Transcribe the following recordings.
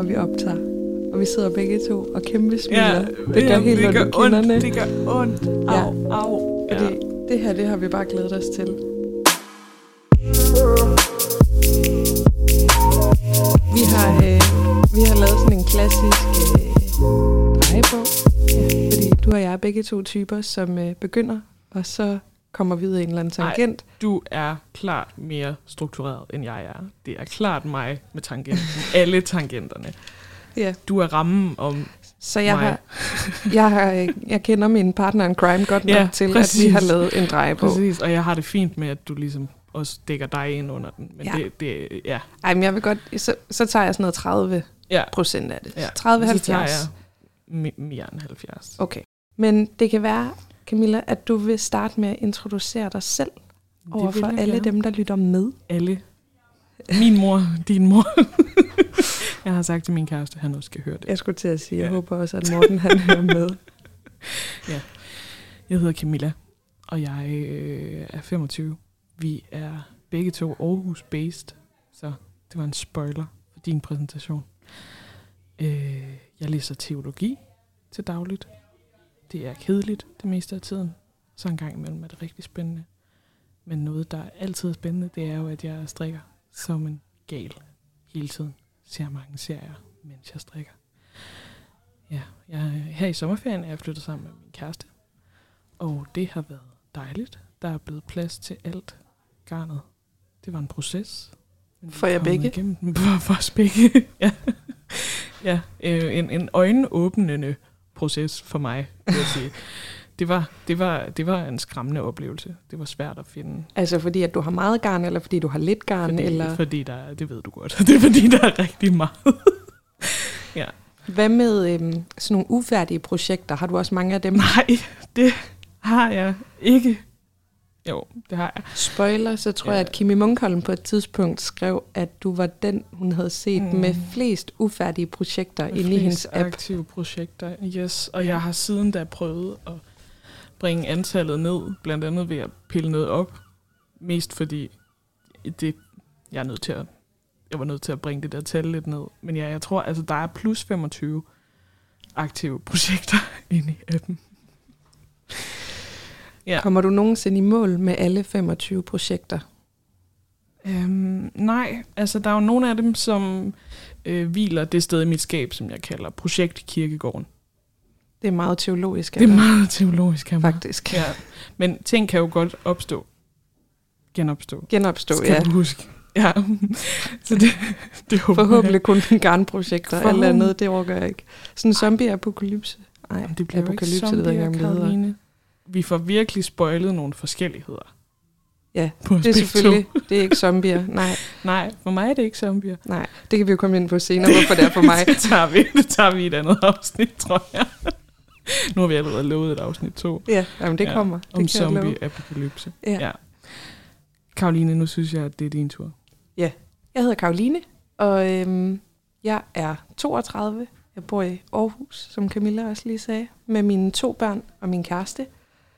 og vi optager. Og vi sidder begge to og kæmpe smiler. Det gør helt ondt i kinderne. Det gør ondt. Au. Fordi det her, det har vi bare glædet os til. Vi har lavet sådan en klassisk drejebog. Ja, fordi du og jeg er begge to typer, som begynder, og så kommer vi ud af en eller anden tangent. Ej, du er klart mere struktureret, end jeg er. Det er klart mig med tangenten. Alle tangenterne. Ja. Du er rammen om så mig. Jeg kender min partner in crime godt nok til, præcis. At vi har lavet en drejebog. Præcis, og jeg har det fint med, at du ligesom også dækker dig ind under den. Men ja. Ej, men jeg vil godt, så tager jeg sådan noget 30% af det. Ja. 30-70. Så tager jeg mere end 70. Okay. Men det kan være, Camilla, at du vil starte med at introducere dig selv overfor alle dem, der lytter med. Alle. Min mor, din mor. Jeg har sagt til min kæreste, at han også skal høre det. Jeg skulle til at sige, jeg håber også, at Morten han hører med. Ja. Jeg hedder Camilla, og jeg er 25. Vi er begge to Aarhus-based, så det var en spoiler for din præsentation. Jeg læser teologi til dagligt. Det er kedeligt det meste af tiden. Så en gang imellem er det rigtig spændende. Men noget, der altid er spændende, det er jo, at jeg strikker som en gal hele tiden. Ser mange serier, mens jeg strikker. Ja, her i sommerferien er jeg flyttet sammen med min kæreste. Og det har været dejligt. Der er blevet plads til alt garnet. Det var en proces. For jer begge? For os begge, ja. Ja, en øjenåbnende proces for mig, vil jeg sige. Det var en skræmmende oplevelse. Det var svært at finde. Altså fordi, at du har meget garn, eller fordi du har lidt garn? Fordi det ved du godt. Det er fordi, der er rigtig meget. Ja. Hvad med sådan nogle ufærdige projekter? Har du også mange af dem? Nej, det har jeg ikke. Jo, det har jeg. Spoiler, så tror jeg, at Kimi Munkholm på et tidspunkt skrev, at du var den, hun havde set med flest ufærdige projekter inde i hendes app. Aktive projekter, yes. Og jeg har siden da prøvet at bringe antallet ned, blandt andet ved at pille noget op. Mest fordi jeg var nødt til at bringe det der tal lidt ned. Men ja, jeg tror, altså der er plus 25 aktive projekter inde i appen. Ja. Kommer du nogensinde i mål med alle 25 projekter? Nej, altså der er jo nogle af dem, som hviler det sted i mit skab, som jeg kalder Projekt Kirkegården. Det er meget teologisk. Det er meget teologisk, faktisk. Ja. Men ting kan jo godt opstå. Genopstå, skal du huske. Ja. Så det håber forhåbentlig kun garnprojekter, eller andet, det overgår jeg ikke. Sådan en zombie-apokalypse. Nej, det bliver apokalypse, ikke zombie, vi får virkelig spoilet nogle forskelligheder. Ja, det er selvfølgelig. Det er ikke zombier, nej. Nej, for mig er det ikke zombier. Nej, det kan vi jo komme ind på senere, hvorfor det er for mig. det tager vi i et andet afsnit, tror jeg. Nu har vi allerede lovet et afsnit 2. Ja, jamen det kommer. Det om zombie-apokalypse. Ja. Caroline, nu synes jeg, at det er din tur. Ja, jeg hedder Caroline, og jeg er 32. Jeg bor i Aarhus, som Camilla også lige sagde, med mine 2 børn og min kæreste.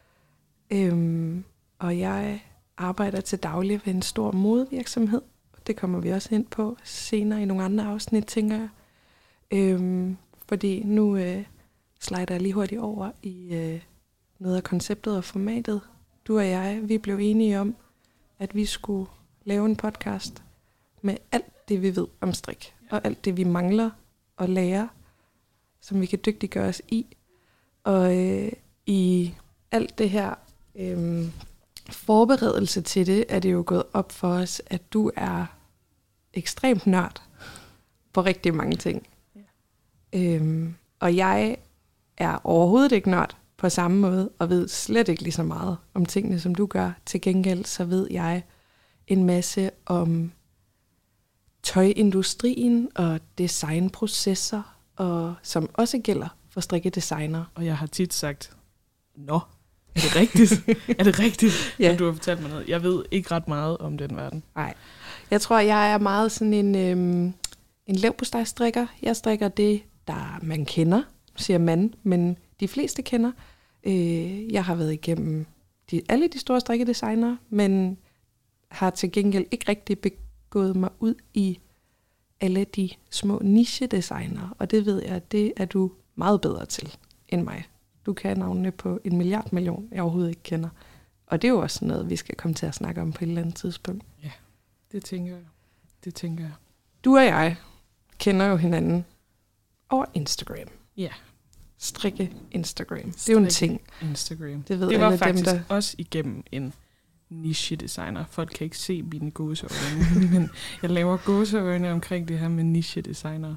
Og jeg arbejder til daglig ved en stor modevirksomhed. Det kommer vi også ind på senere i nogle andre afsnit, tænker jeg. Fordi nu slider jeg lige hurtigt over i noget af konceptet og formatet. Du og jeg, vi blev enige om, at vi skulle lave en podcast med alt det, vi ved om strik. Og alt det, vi mangler at lære, som vi kan dygtiggøre os i. Og i alt det her forberedelse til det, er det jo gået op for os, at du er ekstremt nørd på rigtig mange ting. Ja. Og jeg er overhovedet ikke nørd på samme måde, og ved slet ikke lige så meget om tingene, som du gør. Til gengæld så ved jeg en masse om tøjindustrien og designprocesser, og som også gælder for strikkedesignere. Og jeg har tit sagt, er det rigtigt? Er det rigtigt, ja. At du har fortalt mig noget? Jeg ved ikke ret meget om den verden. Nej. Jeg tror, jeg er meget sådan en leverpostejstrikker. Jeg strikker det, der man kender, siger man, men de fleste kender. Jeg har været igennem alle de store strikkedesignere, men har til gengæld ikke rigtig begået mig ud i alle de små niche-designer, og det ved jeg, det er du meget bedre til end mig. Du kan navnene på 1 milliard, jeg overhovedet ikke kender. Og det er jo også noget, vi skal komme til at snakke om på et eller andet tidspunkt. Ja, det tænker jeg. Du og jeg kender jo hinanden over Instagram. Ja. Strikke Instagram. Det er jo en ting. Instagram. Det ved det var alle faktisk dem, der... også igennem en niche-designer. Folk kan ikke se mine gåseøjne, men jeg laver gåseøjne omkring det her med niche-designer.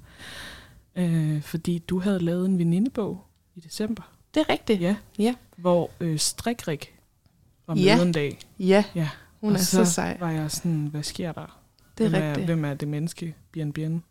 Fordi du havde lavet en venindebog i december. Det er rigtigt. Ja. Hvor Strikrik var med en dag. Ja. Hun er så sej. Var jeg sådan, hvad sker der? Det er rigtigt. Hvem er det menneske? Bien. Bien,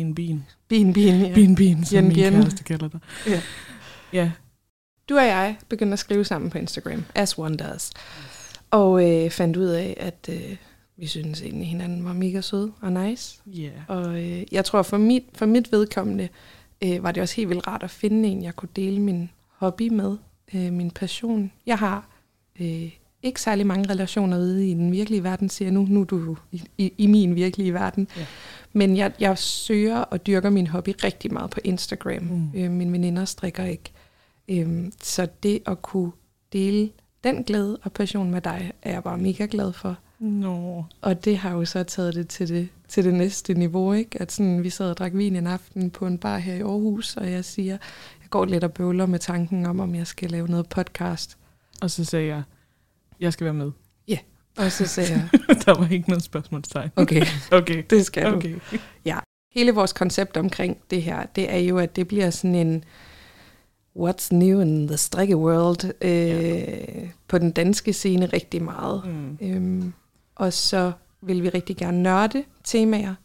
som min kæreste kalder det. Ja. Du og jeg begyndte at skrive sammen på Instagram, as one does. Og fandt ud af, at vi synes egentlig, hinanden var mega søde og nice. Yeah. Og jeg tror, for mit vedkommende var det også helt vildt rart at finde en, jeg kunne dele min hobby med, min passion. Jeg har ikke særlig mange relationer ude i den virkelige verden, siger jeg nu. Nu er du i min virkelige verden. Yeah. Men jeg søger og dyrker min hobby rigtig meget på Instagram. Mine veninder strikker ikke. Så det at kunne dele den glæde og passion med dig, er jeg bare mega glad for. No. Og det har jo så taget det til det næste niveau, ikke? At sådan, vi sad og drak vin en aften på en bar her i Aarhus, og jeg siger, jeg går lidt og bøvler med tanken om jeg skal lave noget podcast. Og så sagde jeg skal være med. Ja, og så sagde jeg... Der var ikke noget spørgsmålstegn. Okay, det skal du. Okay. Ja, hele vores koncept omkring det her, det er jo, at det bliver sådan en... What's new in the strikke world på den danske scene rigtig meget. Og så vil vi rigtig gerne nørde temaer,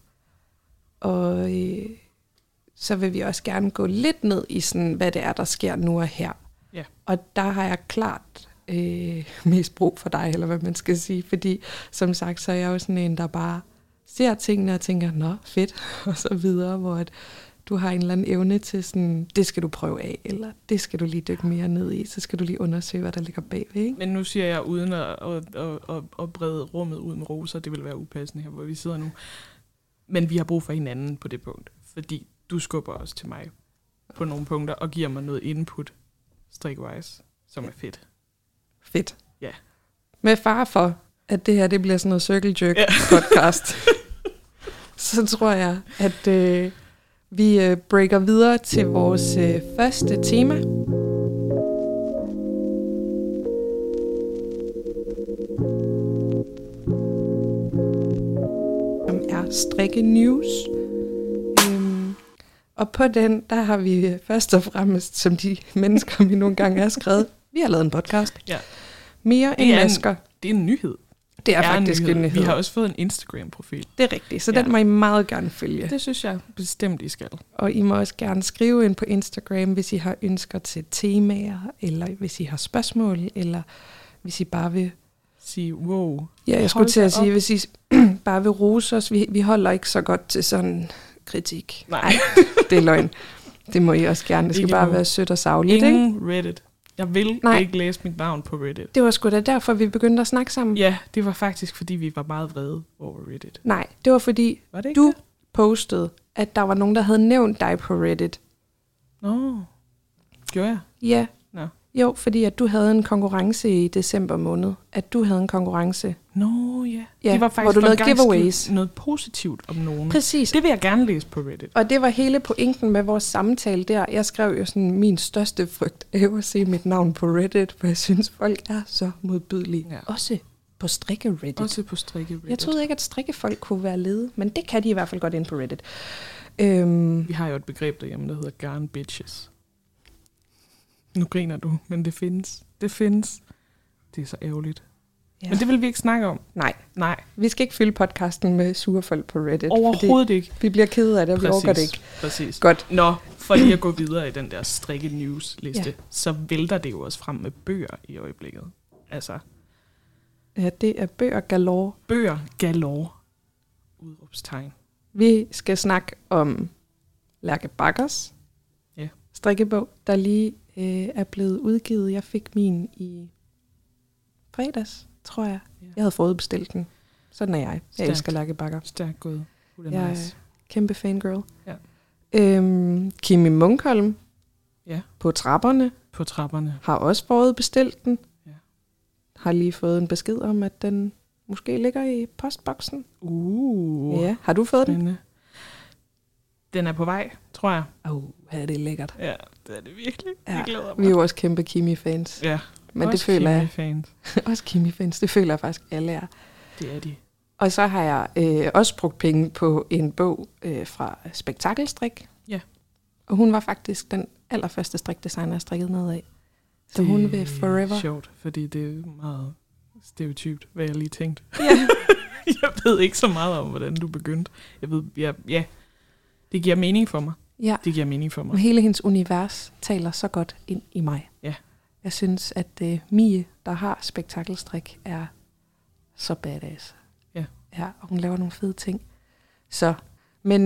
og så vil vi også gerne gå lidt ned i sådan, hvad det er, der sker nu og her. Yeah. Og der har jeg klart mest brug for dig, eller hvad man skal sige, fordi som sagt, så er jeg jo sådan en, der bare ser tingene og tænker, nå, fedt, og så videre, hvor at du har en eller anden evne til sådan, det skal du prøve af, eller det skal du lige dykke mere ned i, så skal du lige undersøge, hvad der ligger bagved, ikke? Men nu siger jeg, uden at brede rummet ud med roser, det vil være upassende her, hvor vi sidder nu. Men vi har brug for hinanden på det punkt, fordi du skubber også til mig på nogle punkter, og giver mig noget input, strikwise, som er fedt. Fedt. Ja. Med far for, at det her, det bliver sådan noget circle jerk podcast, så tror jeg, at... vi breaker videre til vores første tema. Som er strikke news. Og på den, der har vi først og fremmest, som de mennesker, vi nogle gange har skrevet, vi har lavet en podcast. Ja. Mere end masker. Det er en nyhed. Det er faktisk en nyhed. Vi har også fået en Instagram-profil. Det er rigtigt, så den må I meget gerne følge. Det synes jeg bestemt, I skal. Og I må også gerne skrive ind på Instagram, hvis I har ønsker til temaer, eller hvis I har spørgsmål, eller hvis I bare vil... Sige, wow. Ja, jeg skulle til at sige, hvis I bare vil rose os. Vi holder ikke så godt til sådan kritik. Nej. Det er løgn. Det må I også gerne. Det skal ikke bare være sødt og sagligt, ikke? Reddit. Jeg vil ikke læse mit navn på Reddit. Det var sgu da derfor, vi begyndte at snakke sammen. Ja, det var faktisk, fordi vi var meget vrede over Reddit. Nej, det var fordi, du postede, at der var nogen, der havde nævnt dig på Reddit. Nå, gjorde jeg? Ja. Nå. Jo, fordi at du havde en konkurrence i december måned. At du havde en konkurrence. Nå, ja. Ja, det var faktisk hvor du lavede giveaways. Noget positivt om nogen. Præcis. Det vil jeg gerne læse på Reddit. Og det var hele pointen med vores samtale der. Jeg skrev jo sådan, min største frygt er at se mit navn på Reddit, for jeg synes, folk er så modbydelige. Ja. Også på strikke-Reddit. Også på strikke-Reddit. Jeg troede ikke, at strikkefolk kunne være lede, men det kan de i hvert fald godt ind på Reddit. Vi har jo et begreb derhjemme, der hedder garn bitches. Nu griner du, men det findes. Det findes. Det er så ærgerligt. Ja. Men det vil vi ikke snakke om. Nej. Vi skal ikke fylde podcasten med sure folk på Reddit. Overhovedet ikke. Vi bliver kede af det, og vi orker det ikke. Præcis. Godt. Nå, for lige at gå videre i den der strikke news-liste, så vælter det jo også frem med bøger i øjeblikket. Altså. Ja, det er bøger galore. Bøger galore. Udråbstegn. Vi skal snakke om Lærke Baggers strikkebog, der lige er blevet udgivet. Jeg fik min i fredags, tror jeg. Ja. Jeg havde forudbestilt den. Sådan er jeg. Jeg elsker Lærke Bagger. Stærkt gået. Kæmpe fangirl. Ja. Kimi Munkholm. Ja. På trapperne. På trapperne. Har også forudbestilt den. Ja. Har lige fået en besked om, at den måske ligger i postboksen. Ja, har du fået den? Den er på vej, tror jeg. Ja, det er lækkert. Ja, det er det virkelig. Ja, jeg glæder mig. Vi er jo også kæmpe Kimi-fans. Ja, men også det føler jeg. Kimi-fans. Også Kimi-fans, det føler jeg faktisk alle er. Det er de. Og så har jeg også brugt penge på en bog fra Spektakelstrik. Ja. Og hun var faktisk den allerførste strikdesigner, jeg strikkede ned af. Så hun vil forever. Det er sjovt, fordi det er meget stereotypt, hvad jeg lige tænkte. Ja. Jeg ved ikke så meget om, hvordan du begyndte. Jeg ved, ja, det giver mening for mig. Ja. Det giver mening for mig. Og hele hendes univers taler så godt ind i mig. Ja. Jeg synes, at Mie, der har Spektakelstrik, er så badass. Ja. Ja, og hun laver nogle fede ting. Så, men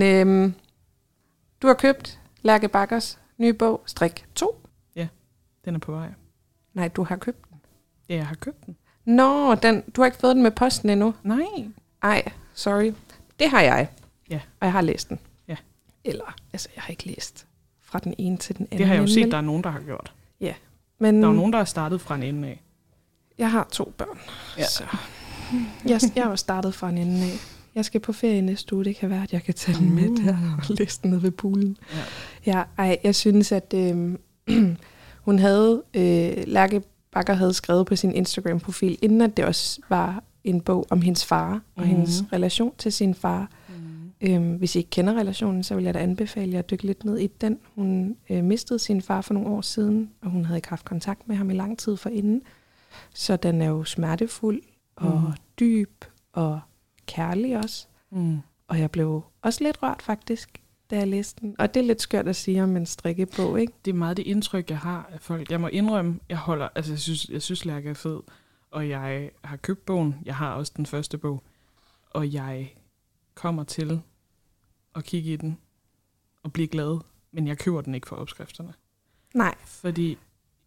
du har købt Lærke Baggers nye bog, Strik 2. Ja, den er på vej. Nej, du har købt den. Ja, jeg har købt den. Nå, du har ikke fået den med posten endnu? Nej. Ej, sorry. Det har jeg. Ja. Og jeg har læst den. Ja. Eller, altså, jeg har ikke læst fra den ene til den anden. Det har jeg jo set, der er nogen, der har gjort. Ja. Men der er nogen, der har startet fra en ende af. Jeg har 2 børn. Ja. Så jeg har startet fra en ende af. Jeg skal på ferie næste uge. Det kan være, at jeg kan tage den med der og læse den ned ved poolen. Ja, jeg synes, at hun havde... Lærke Bagger havde skrevet på sin Instagram-profil, inden at det også var en bog om hendes far og hendes relation til sin far. Hvis I ikke kender relationen, så vil jeg da anbefale jer at dykke lidt ned i den. Hun mistede sin far for nogle år siden, og hun havde ikke haft kontakt med ham i lang tid forinden. Så den er jo smertefuld og dyb og kærlig også. Og jeg blev også lidt rørt faktisk, da jeg læste den. Og det er lidt skørt at sige om en strikkebog, ikke? Det er meget det indtryk, jeg har af folk. Jeg må indrømme, jeg synes Lærke er fed, og jeg har købt bogen. Jeg har også den første bog, og jeg kommer til at kigge i den og blive glad, men jeg køber den ikke for opskrifterne. Nej. Fordi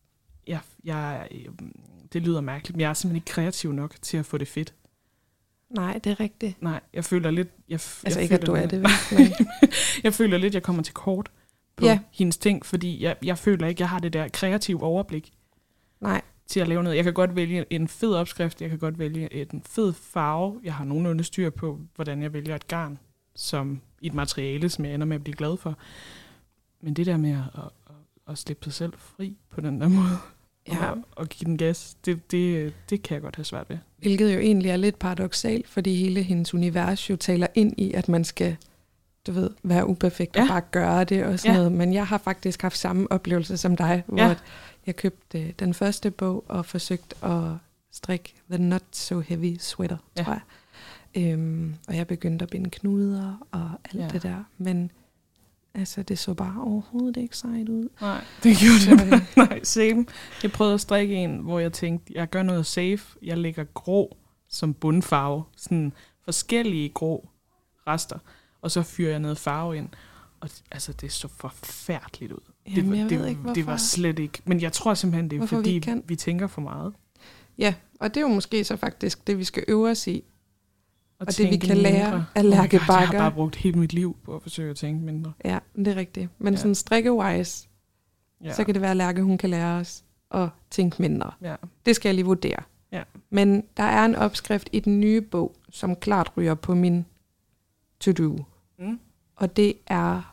det lyder mærkeligt, men jeg er simpelthen ikke kreativ nok til at få det fedt. Nej, det er rigtigt. Nej, jeg føler lidt... ikke, at du er det, men... Jeg føler lidt, jeg kommer til kort på hendes ting, fordi jeg føler ikke, jeg har det der kreative overblik. Nej. Til at lave noget. Jeg kan godt vælge en fed opskrift, jeg kan godt vælge en fed farve. Jeg har nogenlunde styr på, hvordan jeg vælger et garn, som i et materiale, som jeg ender med at blive glad for. Men det der med at slippe sig selv fri på den der måde, og give den gas, det kan jeg godt have svært ved. Hvilket jo egentlig er lidt paradoksalt, fordi hele hendes univers jo taler ind i, at man skal, være uperfekt og bare gøre det og sådan noget. Men jeg har faktisk haft samme oplevelse som dig, hvor jeg købte den første bog og forsøgte at strikke The Not So Heavy Sweater, tror jeg. Og jeg begyndte at binde knuder og alt det der. Men altså, det så bare overhovedet ikke sejt ud. Nej, det gjorde det. Nej, same. Jeg prøvede at strikke en, hvor jeg tænkte, jeg gør noget safe. Jeg lægger grå som bundfarve. Sådan forskellige grå rester. Og så fyrer jeg noget farve ind. Og altså, det så forfærdeligt ud. Jamen, jeg ved ikke, hvorfor. Det var slet ikke. Men jeg tror simpelthen, det er fordi, vi tænker for meget. Ja, og det er jo måske så faktisk det, vi skal øve os i. Og det, vi kan lære af Lærke Bagger. Jeg har bare brugt hele mit liv på at forsøge at tænke mindre. Ja, det er rigtigt. Men sådan strikke-wise, så kan det være, at Lærke, hun kan lære os at tænke mindre. Ja. Det skal jeg lige vurdere. Ja. Men der er en opskrift i den nye bog, som klart ryger på min to-do. Og det er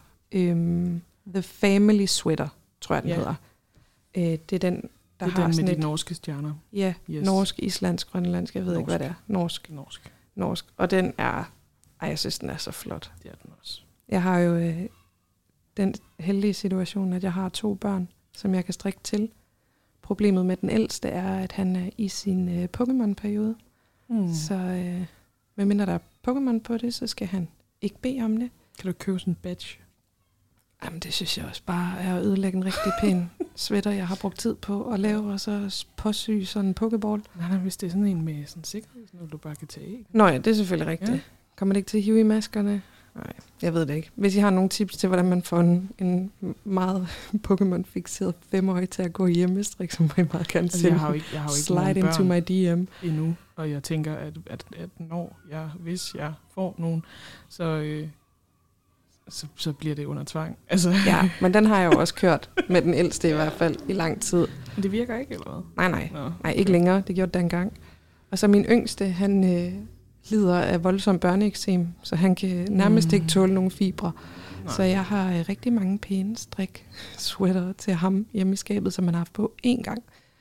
The Family Sweater, tror jeg, den hedder. Det er den, der har den sådan med de norske stjerner. Ja, norsk, islandsk, grønlandsk, jeg ved ikke, hvad det er. Norsk. Og den er... jeg synes, den er så flot. Det er den også. Jeg har jo den heldige situation, at jeg har 2 børn, som jeg kan strikke til. Problemet med den ældste er, at han er i sin Pokémon-periode. Så medmindre der er Pokémon på det, så skal han ikke bede om det. Kan du købe sådan en badge? Jamen, det synes jeg også bare er at ødelægge en rigtig pæn sweater, jeg har brugt tid på at lave, og så påsy sådan en pokeball. Nej, hvis det er sådan en med sådan sikkerhed, sådan noget, du bare kan tage af. Nå ja, det er selvfølgelig rigtigt. Ja. Kommer det ikke til at hive i maskerne? Nej, jeg ved det ikke. Hvis I har nogle tips til, hvordan man får en meget Pokémon-fixeret 5-årig til at gå hjemmestrik, så må I meget gerne sende. Jeg har jo ikke slide into my DM endnu, og jeg tænker, at hvis jeg får nogen, så så bliver det under tvang. Altså. Ja, men den har jeg jo også kørt med den ældste i hvert fald i lang tid. Men det virker ikke, eller hvad? Nej, ikke længere. Det gjorde det dengang. Og så min yngste, han lider af voldsom børneeksem, så han kan nærmest ikke tåle nogen fibre. Så jeg har rigtig mange pæne strik-sweater til ham hjemme i skabet, som han har haft på én gang.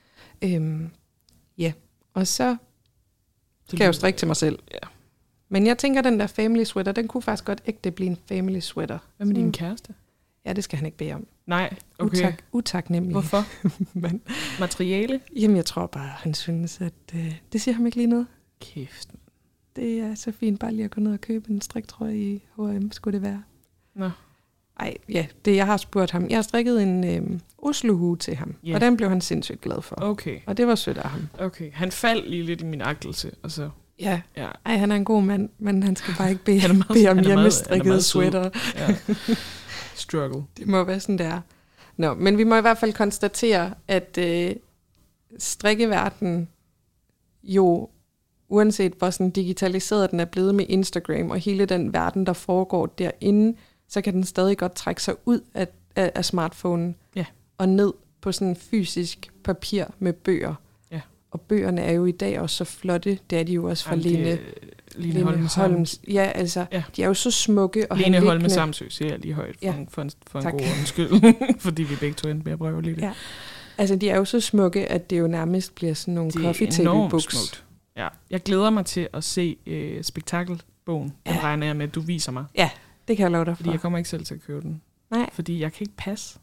Ja, og så kan jeg jo strikke til mig selv. Ja. Men jeg tænker, den der family sweater, den kunne faktisk godt ægte blive en family sweater. Hvad med din kæreste? Ja, det skal han ikke bede om. Nej, okay. Utaknemmelig. Hvorfor? Men, materiale? Jamen, jeg tror bare, han synes, at det siger ham ikke lige noget. Kæft. Det er så fint bare lige at gå ned og købe en striktrøje i H&M, skulle det være. Nå. Ej, ja, det jeg har spurgt ham. Jeg har strikket en Oslo-hue til ham, og den blev han sindssygt glad for. Okay. Og det var sødt af ham. Okay, han faldt lige lidt i min agtelse, og så... Ja. Ej, han er en god mand, men han skal bare ikke bede om hjemmestrikkede sweater. Ja. Struggle. Det må være sådan, der. Nå, men vi må i hvert fald konstatere, at strikkeverdenen jo, uanset hvor sådan digitaliseret den er blevet med Instagram og hele den verden, der foregår derinde, så kan den stadig godt trække sig ud af smartphonen og ned på sådan fysisk papir med bøger. Ja. Og bøgerne er jo i dag også så flotte. Det er de jo også fra Lene Holmes. Ja, altså, de er jo så smukke. Og Lene Holme Samsø, siger jeg lige højt for en god undskyld, fordi vi begge to endte med at prøve lidt. Ja. Altså, de er jo så smukke, at det jo nærmest bliver sådan nogle coffee table books. Smukt. Ja. Jeg glæder mig til at se spektakelbogen. Den regner jeg med, at du viser mig. Ja, det kan jeg love dig for. Fordi jeg kommer ikke selv til at købe den. Nej. Fordi jeg kan ikke passe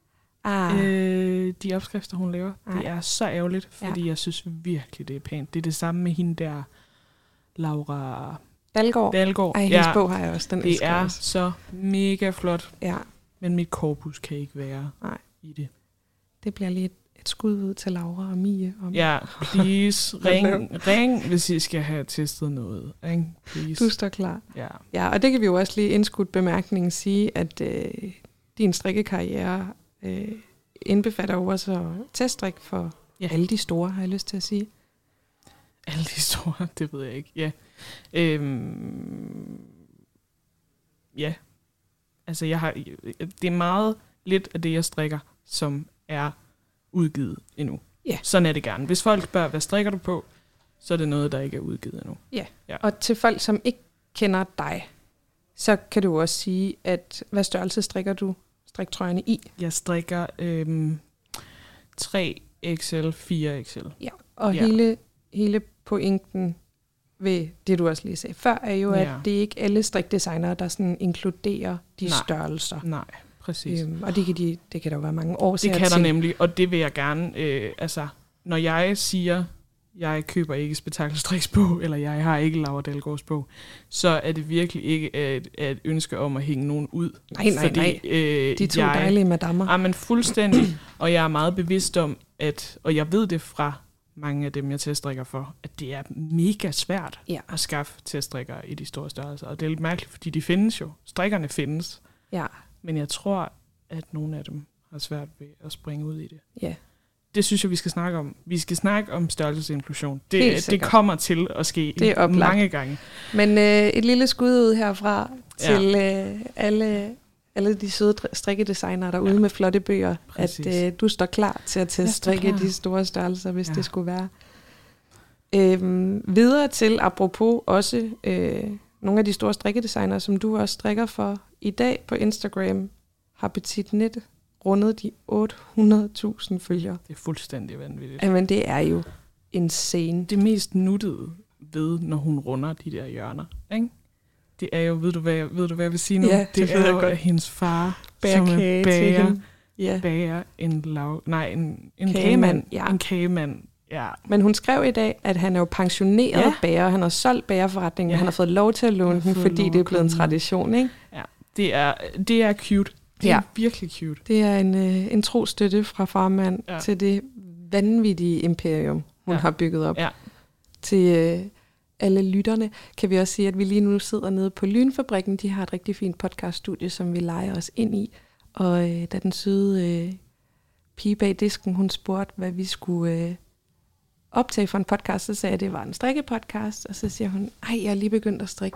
de opskrifter, hun laver. Det er så ærgerligt, fordi jeg synes virkelig, det er pænt. Det er det samme med hende der, Laura Dalgaard. Ej, hendes bog har jeg også. Den det er også så mega flot. Ja. Men mit korpus kan ikke være i det. Det bliver lige et skud ud til Laura og Mie. Ja, please. ring, hvis I skal have testet noget. Ring, please. Du står klar. Ja, og det kan vi jo også lige indskudt bemærkningen sige, at din strikkekarriere indbefatter jo også teststrik for alle de store, har jeg lyst til at sige. Alle de store, det ved jeg ikke. Ja. Ja. Altså, det er meget lidt af det, jeg strikker, som er udgivet endnu. Ja. Sådan er det gerne. Hvis folk spørger, hvad strikker du på, så er det noget, der ikke er udgivet endnu. Ja. Og til folk, som ikke kender dig, så kan du også sige, at hvad størrelse strikker du striktrøjerne i? Jeg strikker 3XL, 4XL. Ja, og hele pointen ved det, du også lige sagde før, er jo, at det er ikke alle strikdesignere, der sådan inkluderer de størrelser. Nej, præcis. Og det kan der jo være mange år til. Det kan der nemlig, og det vil jeg gerne, når jeg siger, jeg køber ikke spektakelstriks bog, eller jeg har ikke Laura Dalgaards bog, så er det virkelig ikke et ønske om at hænge nogen ud. Nej. De to dejlige madammer. Men fuldstændig, og jeg er meget bevidst om, og jeg ved det fra mange af dem, jeg teststrikker for, at det er mega svært at skaffe teststrikker i de store størrelser. Og det er lidt mærkeligt, fordi de findes jo. Strikkerne findes. Ja. Men jeg tror, at nogle af dem har svært ved at springe ud i det. Ja. Det synes jeg, vi skal snakke om. Vi skal snakke om størrelsesinklusion. Det kommer til at ske mange gange. Men et lille skud ud herfra til alle de søde strikkedesignere derude med flotte bøger, at du står klar til at strikke de store størrelser, hvis det skulle være. Videre til, apropos også nogle af de store strikkedesignere, som du også strikker for i dag på Instagram, har Petit Knit rundet de 800.000 følgere. Det er fuldstændig vanvittigt. Jamen, det er jo insane. Det mest nuttede ved, når hun runder de der hjørner, ikke? Det er jo, ved du hvad jeg vil sige nu? Ja, det er jo, at hendes far, som bager en kagemand. Ja. En kagemand, ja. Men hun skrev i dag, at han er jo pensioneret bager. Han har solgt bagerforretningen, han har fået lov til at låne den, fordi det er blevet en tradition, ikke? Ja, det er cute. Det er virkelig cute. Det er en tro støtte fra farmand til det vanvittige imperium, hun har bygget op. Ja. Til alle lytterne kan vi også sige, at vi lige nu sidder nede på Lynfabrikken. De har et rigtig fint podcaststudie, som vi leger os ind i. Og da den søde pige bag disken, hun spurgte, hvad vi skulle optage for en podcast, så sagde jeg, at det var en strikkepodcast. Og så siger hun, jeg er lige begyndt at strikke.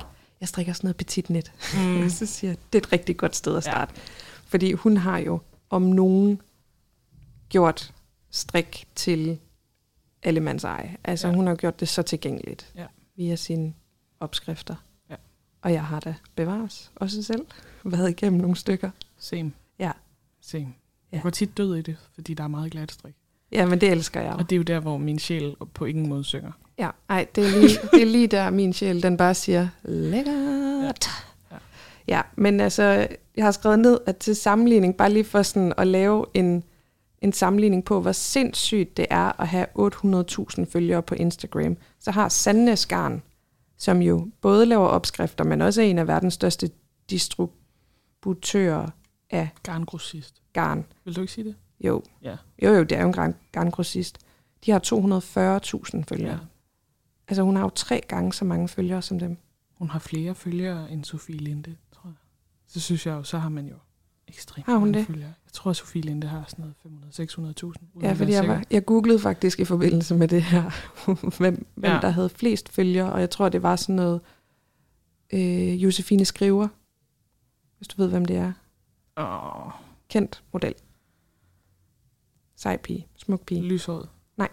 jeg strikker sådan noget petit net. Så siger jeg, det er et rigtig godt sted at starte. Ja. Fordi hun har jo om nogen gjort strik til allemands eje. Altså hun har gjort det så tilgængeligt via sine opskrifter. Ja. Og jeg har da bevares også selv været igennem nogle stykker. Same. Ja. Same. Jeg går tit død i det, fordi der er meget glat strik. Ja, men det elsker jeg. Og det er jo der, hvor min sjæl på ingen måde synger. Ja, ej, det er lige der, min sjæl, den bare siger, lækkert. Ja, men altså, jeg har skrevet ned, at til sammenligning, bare lige for sådan at lave en sammenligning på, hvor sindssygt det er at have 800.000 følgere på Instagram, så har Sandnes Garn, som jo både laver opskrifter, men også er en af verdens største distributører af garngrossist. Garn. Vil du ikke sige det? Jo. Ja. Jo, det er jo en garngrossist. De har 240.000 følgere. Ja. Altså, hun har jo 3 gange så mange følgere som dem. Hun har flere følgere end Sofie Linde, tror jeg. Så synes jeg jo, så har man jo ekstremt har hun mange det? følgere. Jeg tror, at Sofie Linde har sådan noget 500-600.000. Ja, fordi jeg googlede faktisk i forbindelse med det her, hvem der havde flest følgere, og jeg tror, det var sådan noget Josefine Skriver, hvis du ved, hvem det er. Kendt model. Sej pige. Smuk pige. Lyshåret? Nej.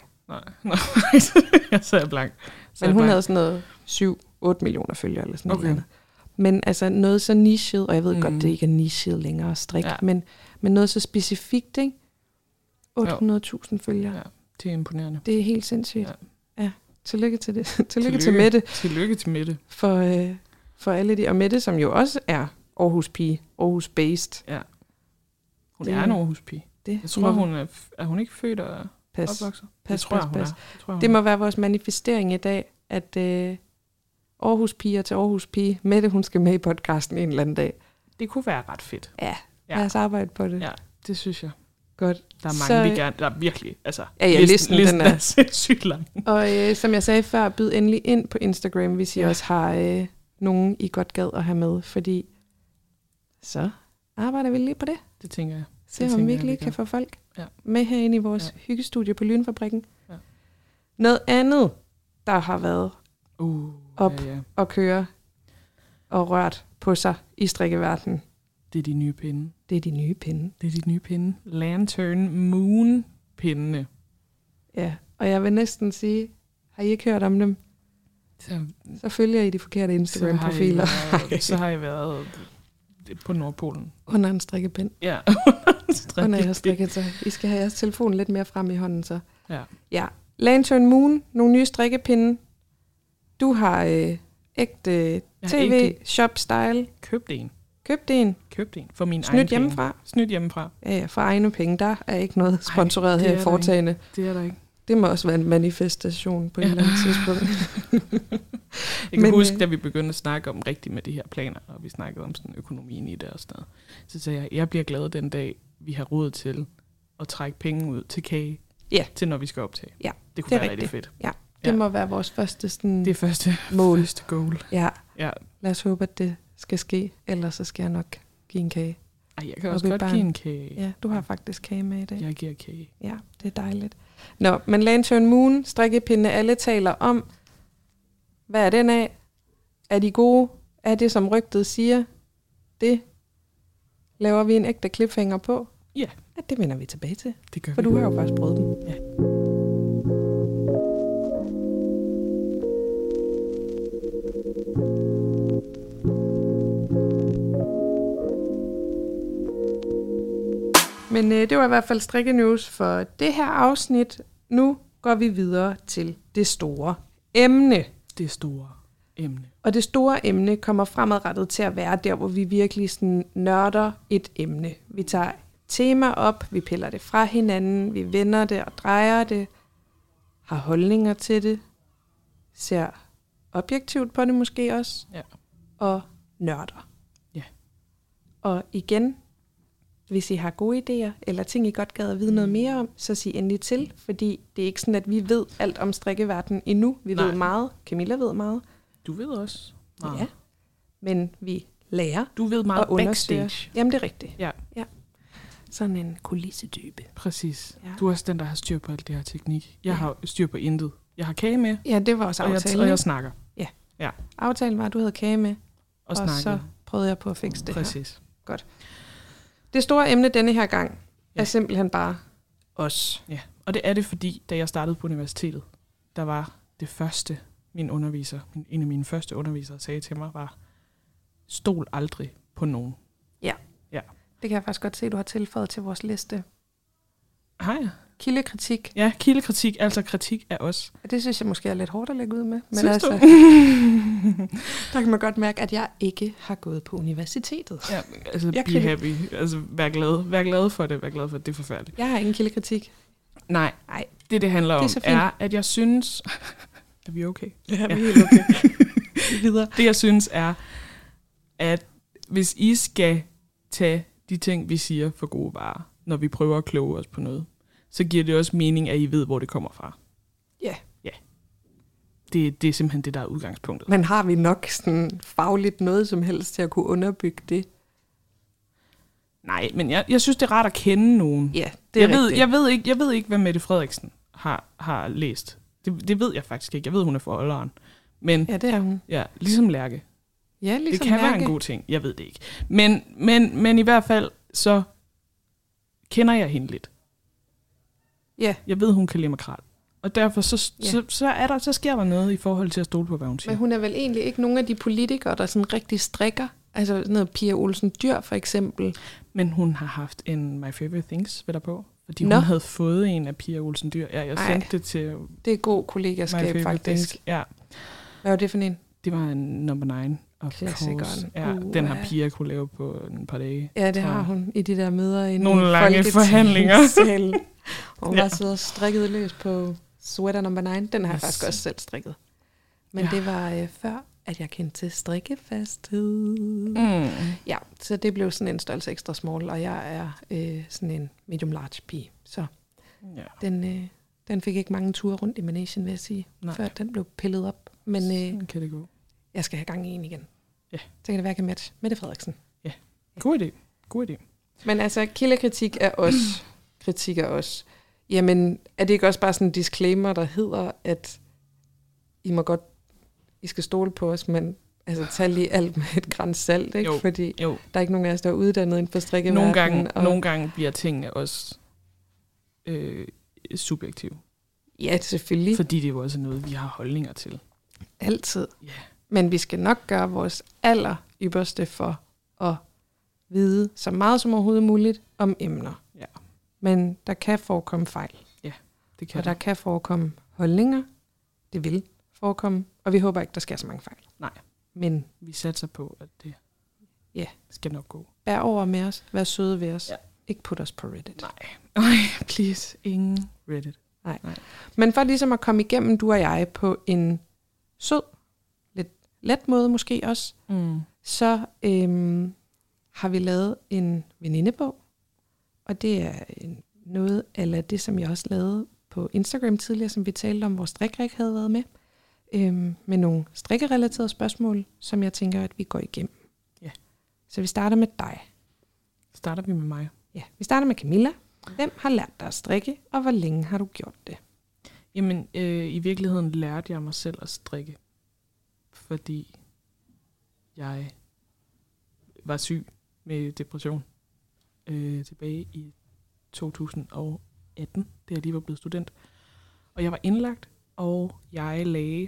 Jeg sad blank. Men hun havde sådan noget 7-8 millioner følgere eller sådan noget. Men altså noget så nichet, og jeg ved godt, det ikke er nichet længere at strikke, men noget så specifikt, ikke? 800.000 følgere. Ja, det er imponerende. Det er helt sindssygt. Ja. Tillykke til det. Tillykke til Mette. Tillykke til Mette. For alle de. Og Mette, som jo også er Aarhus-pige. Aarhus-based. Ja. Hun er en Aarhus-pige. Jeg tror, hun er hun ikke født og opvokset? Pas. Det må være vores manifestering i dag, at Aarhus-piger til Aarhus-pige. Mette, hun skal med i podcasten en eller anden dag. Det kunne være ret fedt. Ja, lad os arbejde på det. Ja, det synes jeg. Godt. Der er mange, vi gerne... Der er virkelig... Altså, listen den er sindssygt lang. Og som jeg sagde før, byd endelig ind på Instagram, hvis I også har nogen, I godt gad at have med, fordi så arbejder vi lige på det. Det tænker jeg. Se om vi lige kan få folk med herinde i vores hyggestudie på Lynfabrikken. Ja. Noget andet, der har været op og køre og rørt på sig i strikkeverdenen. Det er de nye pinde. Det er de nye pinde. Lantern Moon pindene. Ja, og jeg vil næsten sige, har I ikke hørt om dem? Så følger I de forkerte Instagram-profiler. Så har jeg været på Nordpolen. Under en strikkepind. Ja, under jeg har strikket sig. I skal have jeres telefon lidt mere frem i hånden så. Ja. Lantern Moon, nogle nye strikkepinde. Du har ægte tv-shop-style. Købt en. For min egen hjemmefra. Snydt hjemmefra. Ja, for egne penge. Der er ikke noget sponsoreret her i foretagende. Det er der ikke. Det må også være en manifestation på et eller andet tidspunkt. Jeg kan huske, da vi begyndte at snakke om rigtigt med de her planer, og vi snakkede om sådan økonomien i det og sådan noget. Så sagde jeg bliver glad den dag, vi har råd til at trække penge ud til kage, til når vi skal optage. Ja, det kunne være rigtig fedt. Ja, det må være vores første sådan det første goal. Ja. Lad os håbe, at det skal ske, ellers så skal jeg nok give en kage. Ej, jeg kan også godt give en kage. Ja, du har faktisk kage med i dag. Jeg giver kage. Ja, det er dejligt. Nå, men Lantern Moon, strikkepinde, alle taler om. Hvad er den af? Er de gode? Er det, som rygtet siger? Det laver vi en ægte cliffhanger på. Ja. Det vender vi tilbage til. Det gør for vi. Du har jo faktisk prøvet dem. Ja. Men det var i hvert fald strikkenews for det her afsnit. Nu går vi videre til det store emne. Og det store emne kommer fremadrettet til at være der, hvor vi virkelig sådan nørder et emne. Vi tager tema op, vi piller det fra hinanden, vi vender det og drejer det, har holdninger til det, ser objektivt på det måske også, og nørder. Ja. Og igen, hvis I har gode idéer, eller ting, I godt gad at vide noget mere om, så sig endelig til, fordi det er ikke sådan, at vi ved alt om strikkeverdenen endnu. Vi ved meget. Camilla ved meget. Du ved også meget. Ja, men vi lærer. Du ved meget backstage. Jamen, det er rigtigt. Ja. Sådan en kulissetype. Præcis. Ja. Du er også den, der har styr på alt det her teknik. Jeg har styr på intet. Jeg har kage med. Ja, det var også aftalen. Og jeg snakker. Ja. Aftalen var, at du havde kage med. og snakkede. så prøvede jeg på at fikse det Præcis. her. Godt. Det store emne denne her gang Ja. er simpelthen bare os. Ja, og det er det, fordi da jeg startede på universitetet, der var det første, en af mine første undervisere sagde til mig, var, stol aldrig på nogen. Det kan jeg faktisk godt se, du har tilføjet til vores liste. Har jeg? Kildekritik. Ja, kildekritik, altså kritik af os. Det synes jeg måske er lidt hårdt at lægge ud med. Men Synes du? der kan man godt mærke, at jeg ikke har gået på universitetet. Ja, altså Jeg be kan- happy. Altså vær glad. Vær glad for det. Vær glad for det. Det er forfærdeligt. Jeg har ingen kildekritik. Nej, Nej. det handler Det er om, så fint. er, at jeg synes... er vi okay? Ja, Ja. helt okay. Videre. Det jeg synes er, at hvis I skal tage de ting, vi siger for gode varer, når vi prøver at kloge os på noget, så giver det også mening, at I ved, hvor det kommer fra. Ja. Ja. Det er simpelthen det, der er udgangspunktet. Men har vi nok sådan fagligt noget som helst til at kunne underbygge det? Nej, men jeg synes, det er rart at kende nogen. Ja, det er rigtigt. Jeg ved ikke, hvad Mette Frederiksen har læst. Det ved jeg faktisk ikke. Jeg ved, hun er forholderen. Men Ja, det er hun. ja, ligesom Lærke. Ja, ligesom Det kan være en god ting. Jeg ved det ikke. Men i hvert fald, så kender jeg hende lidt. Ja, Jeg ved, hun kan lide makrel. Og derfor Ja. så sker der noget i forhold til at stole på, hvad hun siger. men hun er vel egentlig ikke nogen af de politikere, der sådan rigtig strikker. Altså sådan noget Pia Olsen Dyr for eksempel. Men hun har haft en My Favorite Things ved der på. Fordi Nå. hun havde fået en af Pia Olsen Dyr. Ja, jeg Ej. sendte det til Det er god My kollegaskab Favorite faktisk. Things. Ja, Hvad var det for en? det var en number 9. Of Klassikeren. course. Ja, den har ja. Pia kunne lave på en par dage. Ja, det tror har jeg. hun i de der møder inde Nogle i lange forhandlinger. Folketingssalen. Og hun Ja. var siddet og strikket løs på sweater number 9. Den har jeg Yes. faktisk også selv strikket. Men Ja. det var før, at jeg kendte til strikkefasthed. Mm. Ja, så det blev sådan en størrelse ekstra small, og jeg er sådan en medium large pige. Så Ja. den fik ikke mange ture rundt i managen, vil jeg sige, Nej. før den blev pillet op. Men Sådan kan det gå. jeg skal have gang i en igen. Ja. Så kan det være, at jeg kan matche Mette Frederiksen. God idé. God idé. Men altså, kildekritik er os. Kritik er os. Jamen, er det ikke også bare sådan en disclaimer, der hedder, at I skal stole på os, men altså, tag lige alt med et gran salt, ikke? Jo. Fordi Jo, der er ikke nogen af os, der er uddannet inden for strikkeverdenen. nogle gange bliver tingene også subjektive. Ja, selvfølgelig. Fordi det er jo også noget, vi har holdninger til. Altid. Ja. Men vi skal nok gøre vores aller ypperste for at vide så meget som overhovedet muligt om emner. Ja. Men der kan forekomme fejl. Det kan Og der kan forekomme holdninger. Det vil forekomme. Og vi håber ikke, der sker så mange fejl. Nej. Men vi satser på, at det skal nok gå. bær over med os. Vær søde ved os. Ja. Ikke put os på Reddit. Nej. Ej, please. Ingen Reddit. Men for ligesom at komme igennem, du og jeg, på en sød, lidt let måde måske også, så har vi lavet en venindebog. Og det er noget af det, som jeg også lavede på Instagram tidligere, som vi talte om, hvor Strikrik havde været med. Med nogle strikkerelaterede spørgsmål, som jeg tænker, at vi går igennem. Ja. Så vi starter med dig. Starter vi med mig? Ja, vi starter med Camilla. Hvem har lært dig at strikke, og hvor længe har du gjort det? Jamen, i virkeligheden lærte jeg mig selv at strikke, fordi jeg var syg med depression tilbage i 2018, da jeg lige var blevet student. Og jeg var indlagt, og jeg lagde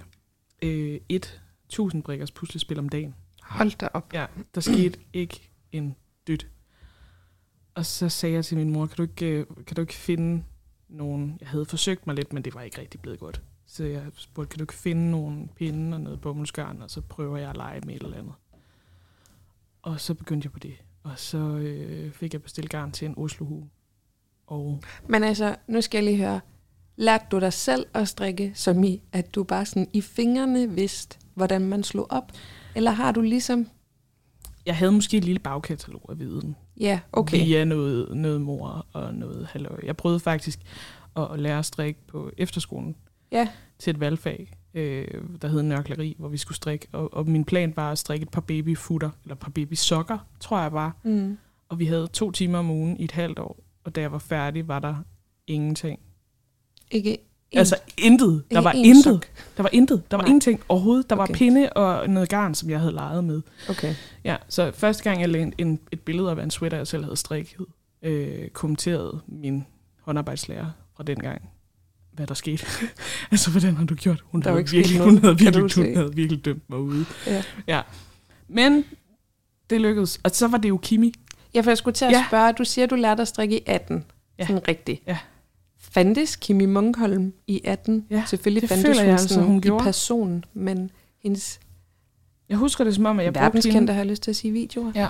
1000 brikkers puslespil om dagen. Hold da op. Ja, der skete ikke en dyt. Og så sagde jeg til min mor, kan du ikke finde nogen... Jeg havde forsøgt mig lidt, men det var ikke rigtig blevet godt. Så jeg spurgte, kan du ikke finde nogle pinde og noget bomuldsgarn, og så prøver jeg at lege med et eller andet. Og så begyndte jeg på det. Og så fik jeg bestilt garn til en Oslohue. Og Men altså, nu skal jeg lige høre. Lærte du dig selv at strikke, som i, at du bare sådan i fingrene vidste, hvordan man slog op? Eller har du ligesom... jeg havde måske et lille bagkatalog af viden. Ja, okay. Via noget mor og noget halløj. Jeg prøvede faktisk at lære at strikke på efterskolen. Ja. Til et valgfag, der hed nørkleri, hvor vi skulle strikke. Og min plan var at strikke et par babyfutter, eller et par babysokker, tror jeg bare. Mm. Og vi havde 2 timer om ugen i et halvt år. Og da jeg var færdig, var der ingenting. Ikke Altså intet. Der var intet. Der var intet. Der var ingenting overhovedet. Der var pinde og noget garn, som jeg havde leget med. Okay. Ja, så første gang jeg lagde et billede af en sweater, jeg selv havde strikket, kommenterede min håndarbejdslærer fra dengang, hvad der skete. Altså, hvordan har du gjort? Hun havde virkelig dømt mig ude. Ja. Men det lykkedes. Og så var det jo Kimi. Ja, for jeg skulle til at spørge, du siger, du lærte at strikke i 18. Ja. Sådan rigtigt. Ja. Fandtes Kimi Munkholm i 18? Ja, selvfølgelig fandtes hun, altså, hun i person, men hendes... Jeg husker det som om, at jeg brugte verdenskendte, har jeg lyst til at sige, videoer. Ja,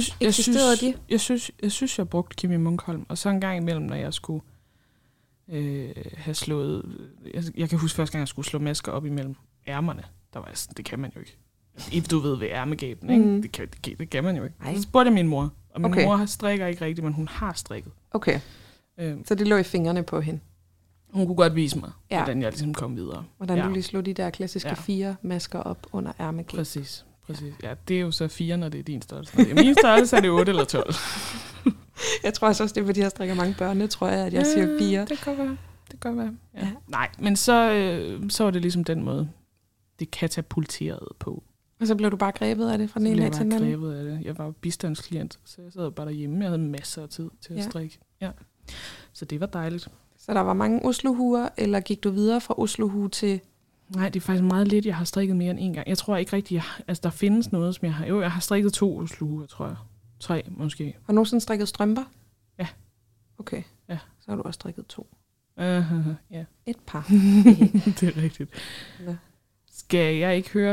jeg synes, jeg brugte Kimi Munkholm. Og så en gang imellem, når jeg skulle have slået... Jeg kan huske første gang, jeg skulle slå masker op imellem ærmerne. Der var jeg sådan, det kan man jo ikke. Du ved ved ærmegæben, ikke? Det kan man jo ikke. Ej. Så spurgte jeg min mor. Og min mor strikker ikke rigtigt, men hun har strikket. Okay. Så det lå i fingrene på hende? Hun kunne godt vise mig, hvordan jeg ligesom kom videre. Hvordan du lige slog de der klassiske 4 masker op under ærmegæben. Præcis. Ja, det er jo så 4, når det er din størrelse. Når det er min størrelse, er det 8 eller 12. Jeg tror også, det er, fordi jeg strikker mange børn, tror jeg, at jeg siger 4. Det kan være. Ja. Nej, men så var det ligesom den måde, det katapulterede på. Og så blev du bare grebet af det fra den ene dag til den anden? Jeg blev bare grebet af det. Jeg var bistandsklient, så jeg sad bare derhjemme. Jeg havde masser af tid til at strikke. Ja. Så det var dejligt. Så der var mange Oslohuer, eller gik du videre fra Oslohue til... Nej, det er faktisk meget lidt. Jeg har strikket mere end en gang. Jeg tror ikke rigtigt, der findes noget, som jeg har... Jo, jeg har strikket 2 Oslohuer, tror jeg. 3 måske. Har du nogensinde strikket strømper? Ja. Okay. Ja. Så har du også strikket 2. Ja. Et par. Det er rigtigt. Ja. Skal jeg ikke høre,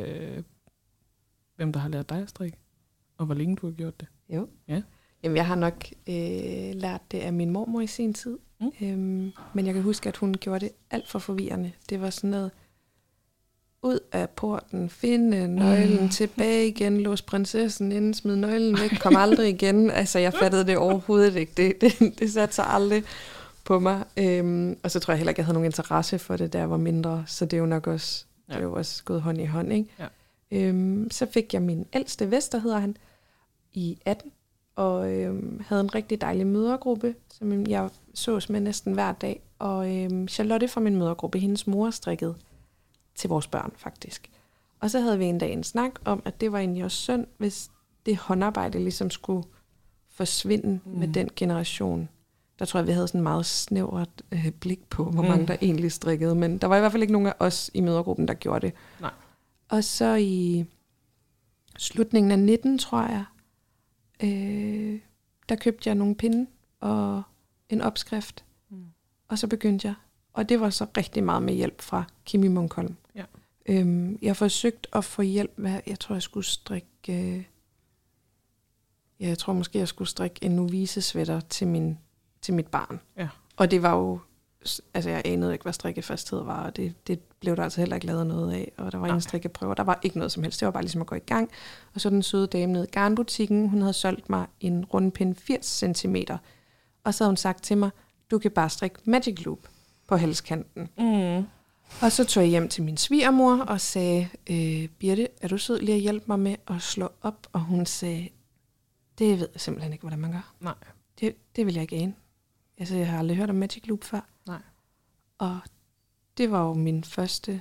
hvem der har lært dig at strikke? Og hvor længe du har gjort det? Jo. Ja. Jamen, jeg har nok lært det af min mormor i sin tid. Men jeg kan huske, at hun gjorde det alt for forvirrende. Det var sådan noget, ud af porten, finde nøglen, tilbage igen, lås prinsessen inden, smid nøglen væk, kom aldrig igen. Altså, jeg fattede det overhovedet ikke. Det satte sig aldrig på mig. Og så tror jeg heller ikke, jeg havde nogen interesse for det, da jeg var mindre. Så det er jo nok også, det er jo også gået hånd i hånd, ikke? Ja. Så fik jeg min ældste Vester, hedder han, i 18. Og havde en rigtig dejlig mødergruppe, som jeg sås med næsten hver dag. Og Charlotte fra min mødergruppe, hendes mor strikkede til vores børn faktisk. Og så havde vi en dag en snak om, at det var egentlig også synd, hvis det håndarbejde ligesom skulle forsvinde med den generation. Der tror jeg, vi havde sådan meget snævert blik på, hvor mange der egentlig strikkede. Men der var i hvert fald ikke nogen af os i mødergruppen, der gjorde det. Nej. Og så i slutningen af 19, tror jeg, der købte jeg nogle pinde og en opskrift. Og så begyndte jeg. Og det var så rigtig meget med hjælp fra Kimi Munkholm. Ja. Jeg forsøgte at få hjælp med, jeg tror, jeg skulle strikke... jeg tror måske, jeg skulle strikke en novice-sweater til mit barn. Ja. Og det var jo... Altså, jeg anede ikke, hvad strikkefasthed var, og det blev der altså heller ikke lavet noget af. Og der var ingen strikkeprøver, der var ikke noget som helst. Det var bare ligesom at gå i gang. Og så den søde dame nede i garnbutikken, hun havde solgt mig en rundpind 80 cm. Og så havde hun sagt til mig, du kan bare strikke Magic Loop på halskanten. Og så tog jeg hjem til min svigermor og sagde, Birte, er du sød lige at hjælpe mig med at slå op? Og hun sagde, det ved jeg simpelthen ikke, hvordan man gør. Nej. Det vil jeg ikke ane. Altså, jeg har aldrig hørt om Magic Loop før. Nej. Og det var jo min første,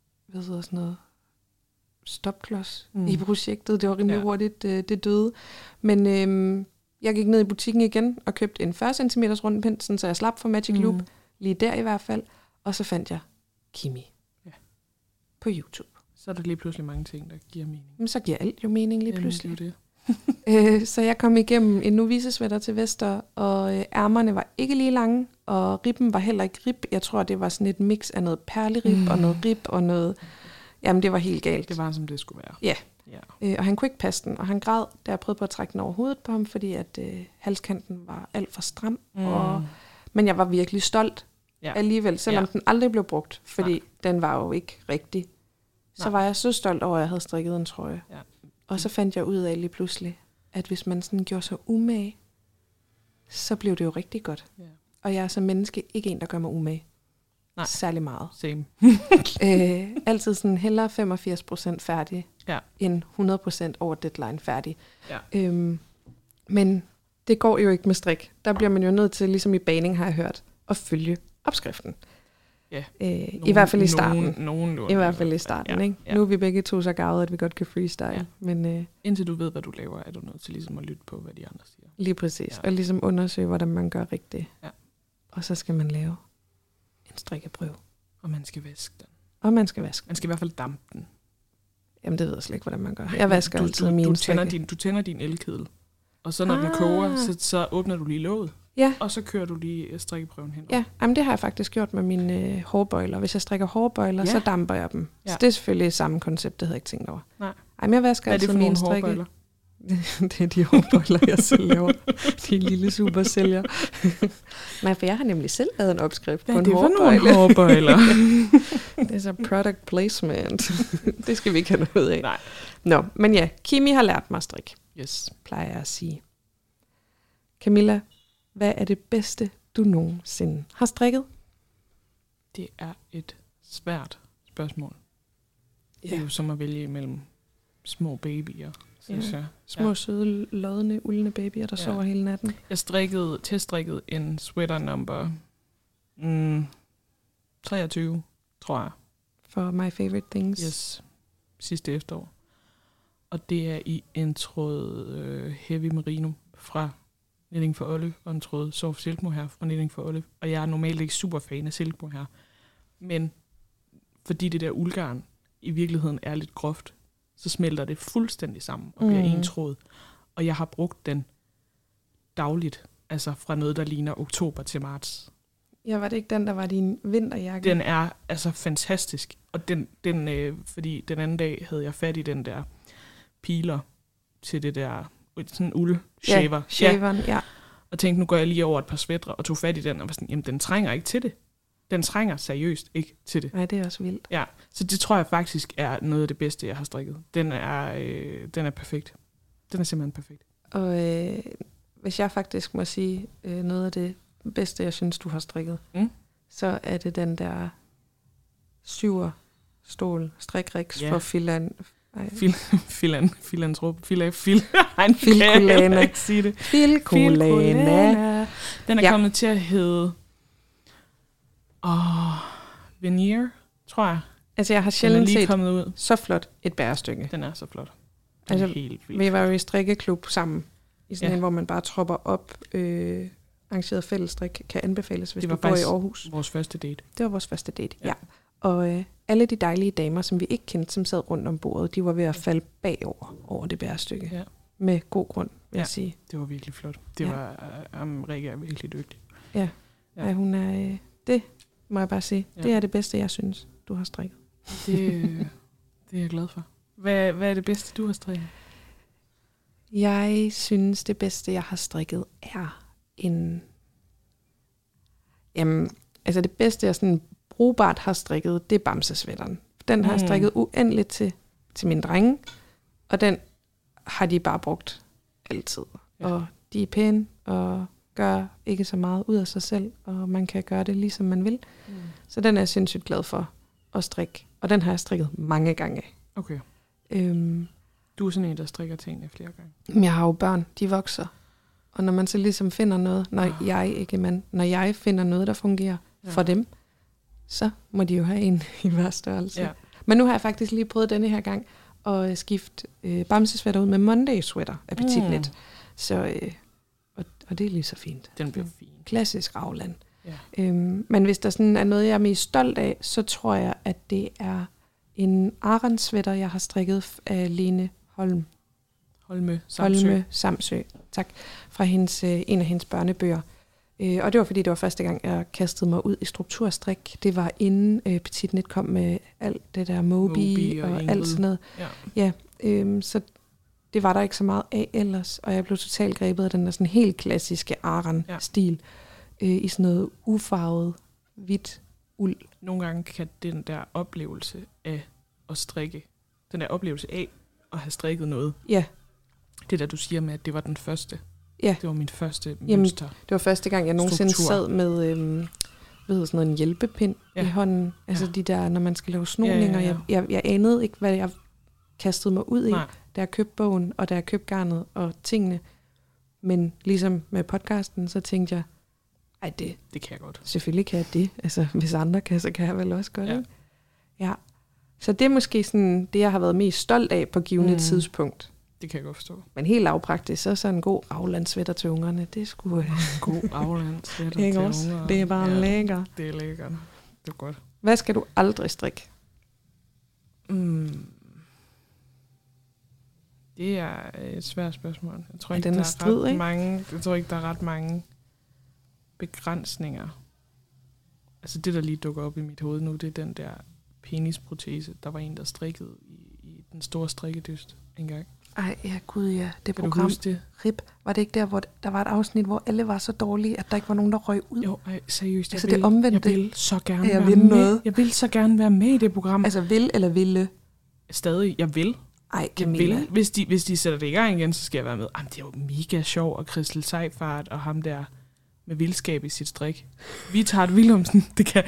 stopklods i projektet. Det var rimelig hurtigt, det døde. Men jeg gik ned i butikken igen og købte en 40 cm rundpind, så jeg slap for Magic Loop, lige der i hvert fald. Og så fandt jeg Kimi på YouTube. Så er der lige pludselig mange ting, der giver mening. Men så giver alt jo mening lige pludselig. Det. Så jeg kom igennem en novice-sweater til Vester, og ærmerne var ikke lige lange, og ribben var heller ikke rib. Jeg tror, det var sådan et mix af noget perlerib og noget rib og noget... Jamen, det var helt galt. Det var, som det skulle være. Ja. Og han kunne ikke passe den, og han græd, da jeg prøvede på at trække den over hovedet på ham, fordi at halskanten var alt for stram. Men jeg var virkelig stolt alligevel, selvom den aldrig blev brugt, fordi den var jo ikke rigtig. Så var jeg så stolt over, at jeg havde strikket en trøje. Ja. Og så fandt jeg ud af lige pludselig, at hvis man sådan gjorde sig umage, så blev det jo rigtig godt. Ja. Og jeg er som menneske ikke en, der gør mig umage. Nej. Særlig meget. Same. Altid sådan hellere 85% færdig, end 100% over deadline færdig. Ja. Men det går jo ikke med strik. Der bliver man jo nødt til, ligesom i baning har jeg hørt, at følge opskriften. Ja. I hvert fald i starten. Nogenlunde. I hvert fald i starten, ikke? Nu er vi begge to så gavet, at vi godt kan freestyle. Ja. Men, indtil du ved, hvad du laver, er du nødt til ligesom at lytte på, hvad de andre siger. Lige præcis. Ja. Og ligesom undersøge, hvordan man gør rigtigt. Ja. Og så skal man lave en strikkeprøve. Og man skal vaske den. Man skal i hvert fald dampe den. Jamen, det ved jeg slet ikke, hvordan man gør. Jeg vasker altid mine strikke. Du tænder din elkedel. Og så når den koger, så åbner du lige låget. Ja. Og så kører du lige strikkeprøven hen. Ja, jamen det har jeg faktisk gjort med mine hårbøjler. Hvis jeg strikker hårbøjler, så damper jeg dem. Ja. Så det er selvfølgelig samme koncept, det havde jeg ikke tænkt over. Nej. Ej, men jeg vasker altid mine strikke. Hvad er det for nogle hårbøjler? Det er de hårbøjler, jeg selv laver. De er en lille supersælger. Nej, for jeg har nemlig selv lavet en opskrift på en hårbøjle. Hvad er det for nogle hårbøjler? Det er så product placement. Det skal vi ikke have noget af. Nej. Nå, men ja, Kimi har lært mig at strikke. Yes. Plejer jeg at sige. Camilla, hvad er det bedste, du nogensinde har strikket? Det er et svært spørgsmål. Ja. Det er jo som at vælge imellem små babyer, synes jeg. Små, søde, lodne, uldne babyer, der sover hele natten. Jeg teststrikkede en sweater number 23, tror jeg. For My Favorite Things. Yes, sidste efterår. Og det er i en tråd heavy merino fra Knitting for Olive, og en tråd soft silk mohair fra Knitting for Olive. Og jeg er normalt ikke super fan af silk mohair, men fordi det der uldgarn i virkeligheden er lidt groft, så smelter det fuldstændig sammen og bliver en tråd. Og jeg har brugt den dagligt, altså fra noget, der ligner oktober til marts. Ja, var det ikke den, der var din vinterjakke? Den er altså fantastisk. Og fordi den anden dag havde jeg fat i den der piler til det der sådan uld-shaver. Ja, shaveren, ja. Og tænkte, nu går jeg lige over et par sweatre og tog fat i den, og var sådan, jamen den trænger ikke til det. Den trænger seriøst ikke til det. Nej, det er også vildt. Ja, så det tror jeg faktisk er noget af det bedste, jeg har strikket. Den er perfekt. Den er simpelthen perfekt. Og hvis jeg faktisk må sige noget af det bedste, jeg synes, du har strikket, så er det den der stål strikriks for Filcolana. Filcolana. Den er kommet til at hedde Veneer, tror jeg. Altså, jeg har sjældent set kommet ud. Så flot et bærestykke. Den er så flot. Altså, vi var jo i strikkeklub sammen, i sådan en, hvor man bare tropper op. Arrangeret fællesstrik kan anbefales, hvis du bor i Aarhus. Vores første date. Det var vores første date, ja. Og alle de dejlige damer, som vi ikke kendte, som sad rundt om bordet, de var ved at falde bagover over det bærestykke. Ja. Med god grund, vil jeg sige. Det var virkelig flot. Rikke er virkelig dygtig. Ja, hun er... det må jeg bare sige. Ja. Det er det bedste, jeg synes, du har strikket. Det er jeg glad for. Hvad er det bedste, du har strikket? Jeg synes, det bedste, jeg har strikket, er altså det bedste, jeg sådan brugbart har strikket, det er bamsesweateren. Den har jeg strikket uendeligt til mine drenge, og den har de bare brugt altid. Ja. Og de er pæne, og gør ikke så meget ud af sig selv, og man kan gøre det lige som man vil. Så den er jeg sindssygt glad for at strikke, og den har jeg strikket mange gange. Okay. Du er sådan en, der strikker tingene flere gange. Jeg har jo børn, de vokser. Og når man så ligesom finder noget, når jeg finder noget, der fungerer for dem, så må de jo have en i hver størrelse. Ja. Men nu har jeg faktisk lige prøvet denne her gang at skifte bamsesweater ud med Monday sweater af Petit Knit. Så, og det er lige så fint. Den bliver fin. Klassisk Ragland. Ja. Men hvis der sådan er noget, jeg er mest stolt af, så tror jeg, at det er en Aran sweater, jeg har strikket af Lene Holme Samsø. Tak. Fra en af hendes børnebøger. Og det var fordi, det var første gang, jeg kastede mig ud i strukturstrik. Det var inden Petit Knit kom med alt det der Moby og alt sådan noget. Ja. Så det var der ikke så meget af ellers. Og jeg blev totalt grebet af den der sådan helt klassiske Aran-stil. I sådan noget ufarvet, hvidt uld. Nogle gange kan den der oplevelse af at strikke, den der oplevelse af at have strikket noget. Ja. Det der, du siger med, at det var den første. Ja. Det var min første mønster. Jamen, det var første gang, jeg nogensinde sad med sådan noget, en hjælpepind i hånden. Altså de der, når man skal lave snoninger. Ja. Jeg anede ikke, hvad jeg kastede mig ud i, da jeg købte bogen, og da jeg købte garnet og tingene. Men ligesom med podcasten, så tænkte jeg, Ej, det Det kan jeg godt. selvfølgelig kan jeg det. Altså, hvis andre kan, så kan jeg vel også godt. Ja. Ja. Så det er måske sådan det, jeg har været mest stolt af på givende tidspunkt. Det kan jeg godt forstå. Men helt lavpraktisk, så er sådan en god aflandssvætter til ungerne. Det skulle God aflandssvætter ikke til også? unger. Det er bare lækker. Det er lækkert. Det er godt. Hvad skal du aldrig strikke? Det er et svært spørgsmål. Jeg tror Ja, ikke, den er strid, ikke? Jeg tror ikke, der er ret mange begrænsninger. Altså det, der lige dukker op i mit hoved nu, det er den der penisprotese. Der var en, der strikkede i den store strikkedyst engang. Ej, ja, gud ja. Det Kan program, du huske det? RIP, var det ikke der, hvor der var et afsnit, hvor alle var så dårlige, at der ikke var nogen, der røg ud? Jo, seriøst. Altså, det omvendte. Jeg vil så gerne Jeg være vil med. noget. Jeg vil så gerne være med i det program. Altså, vil eller ville? Stadig, jeg vil. Ej, Jeg Camilla. vil. Hvis de sætter det i gang igen, så skal jeg være med. Jamen, det er jo mega sjov, og Christel Seifert og ham der med vildskab i sit strik. Vi tager et Willumsen. Det kan...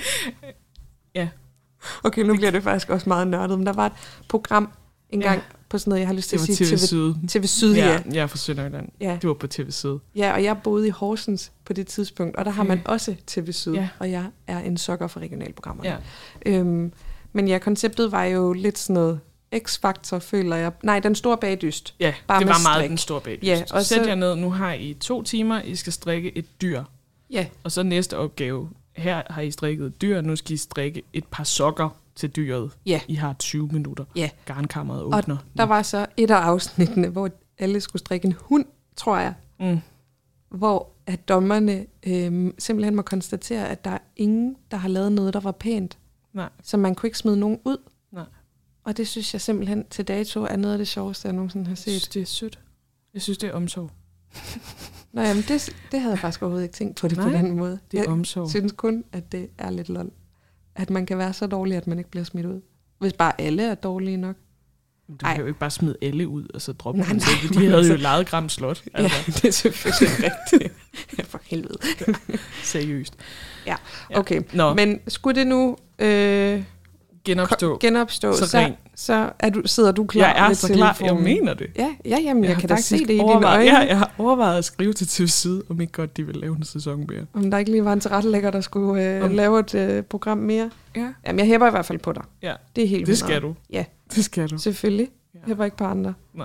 Ja. Okay, nu bliver det faktisk også meget nørdet, men der var et program engang på sådan noget, jeg har lyst til Det at var sige TV Syd. TV Syd, ja. Jeg er fra Sønderjylland. Ja. Det var på TV Syd. Ja, og jeg boede i Horsens på det tidspunkt, og der har man også TV Syd, Ja. og jeg er en sokker for regionalprogrammerne. Ja. Men ja, konceptet var jo lidt sådan noget X-faktor, føler jeg. Nej, den store bagdyst. Ja, Bare det med var meget strik. den store bagdyst. Ja, og Sæt så- jer ned. Nu har I 2 timer. I skal strikke et dyr. Ja, Og så næste opgave. Her har I strikket et dyr. Nu skal I strikke et par sokker til dyret. Ja. I har 20 minutter. Ja. Garnkammeret og åbner. der var så et af afsnittene, hvor alle skulle strikke en hund, tror jeg. Hvor at dommerne simpelthen må konstatere, at der er ingen, der har lavet noget, der var pænt. Nej. Så man kunne ikke smide nogen ud. Nej. Og det synes jeg simpelthen til dato er noget af det sjoveste, jeg nogensinde har Jeg synes, set. det er sødt. Jeg synes, det er omsorg. Nå jamen, det havde jeg faktisk overhovedet ikke tænkt på det Nej, på den måde. Det er Jeg omsorg. synes kun, at det er lidt lol. At man kan være så dårlig, at man ikke bliver smidt ud. Hvis bare alle er dårlige nok. Du kan jo ikke bare smide alle ud, og så droppe Nej, dem nej, selv. men De havde altså- jo lejet Gram Slot. Ja, det er selvfølgelig rigtigt. Ja, for helvede. Seriøst. Ja, okay. Nå, Men skulle det nu genopstå. genopstå, Så så, ring. så er du klar Jeg er ved så klar. Jeg telefonen? mener det. Ja, jamen, jeg har kan da se faktisk det i dine overvejet- øjne. Jeg har overvejet at skrive til TV Syd, om ikke godt de vil lave en sæson mere. Om der ikke lige var en tilrettelægger, der skulle lave et program mere. Ja. Jamen, jeg hæpper i hvert fald på dig. Ja, Det er helt det 100. skal du. Ja. Det skal du. Selvfølgelig. Ja. Jeg hæpper ikke på andre. Nej.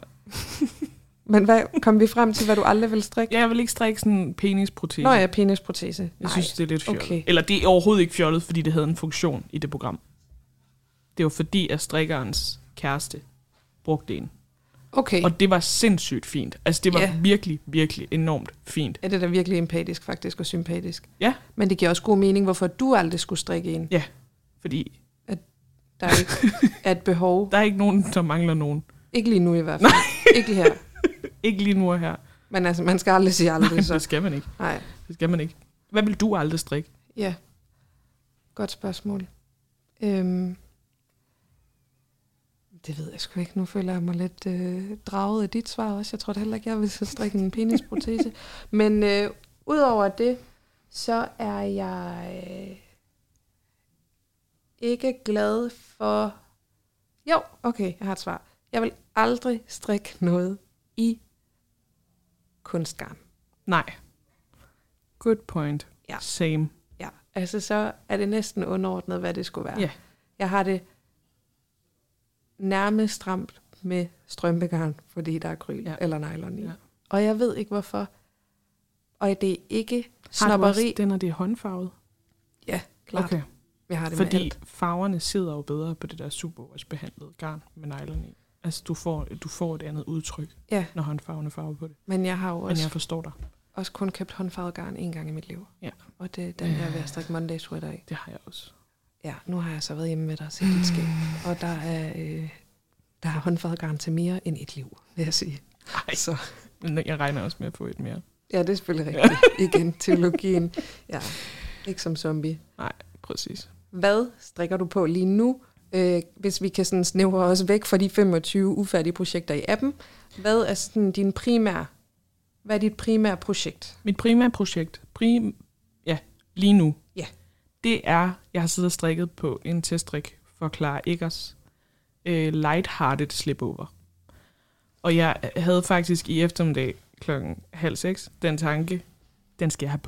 Men hvad kom vi frem til, hvad du aldrig vil strikke? Ja, jeg vil ikke strikke sådan en penisprotese. Nå ja, penisprotese. Jeg synes, det er lidt fjollet. Okay. Eller det er overhovedet ikke fjollet, fordi det havde en funktion i det program. Det var fordi, at strikkerens kæreste brugte en. Okay. Og det var sindssygt fint. Altså, det var Ja. virkelig, virkelig enormt fint. Ja, det er da virkelig empatisk faktisk og sympatisk. Ja. Men det giver også god mening, hvorfor du aldrig skulle strikke en. Ja, fordi Der er ikke er et behov. der er ikke nogen, der mangler nogen. Ikke lige nu i hvert fald. Ikke her. Ikke lige nu og her. Men altså, man skal aldrig sige aldrig. Nej, Så. det skal man ikke. Nej. Det skal man ikke. Hvad vil du aldrig strikke? Ja. Godt spørgsmål. Det ved jeg sgu ikke. Nu føler jeg mig lidt draget af dit svar også. Jeg tror da heller ikke, jeg vil strikke en penisprotese. Men udover det, så er jeg ikke glad for... Jo, okay, jeg har et svar. Jeg vil aldrig strikke noget i kunstgarn. Nej. Good point. Ja. Same. Ja, altså så er det næsten underordnet, hvad det skulle være. Ja. Jeg har det nærmest stramt med strømpegarn, fordi der er akryl eller nylon i. Ja. Og jeg ved ikke hvorfor. Og det er ikke Har du snobberi. også det, når det er håndfarvet? Ja, klart. Okay. Jeg har det med Fordi alt. farverne sidder jo bedre på det der superwash-behandlede garn med nylon i. Altså, du får et andet udtryk, når håndfarverne farver på det. Men jeg har jo Men også, jeg forstår dig. også kun købt håndfarvet garn en gang i mit liv. Ja. Og det er den, jeg er ved at strikke Monday sweater af. Det har jeg også. Ja, nu har jeg så været hjemme med dig og set dit skæg. Og der er håndfarvet garn til mere end et liv, vil jeg sige. Ej, Så. men jeg regner også med at få et mere. Ja, det er selvfølgelig rigtigt. Igen, teologien. Ja, ikke som zombie. Nej, præcis. Hvad strikker du på lige nu? Hvis vi kan sådan snævre os væk fra de 25 ufærdige projekter i appen. Hvad er sådan hvad er dit primære projekt? Mit primære projekt, lige nu, Ja. det er, jeg har siddet og strikket på en teststrik for Clara Eggers Lighthearted Slipover. Og jeg havde faktisk i eftermiddag 5:30 den tanke, den skal jeg have på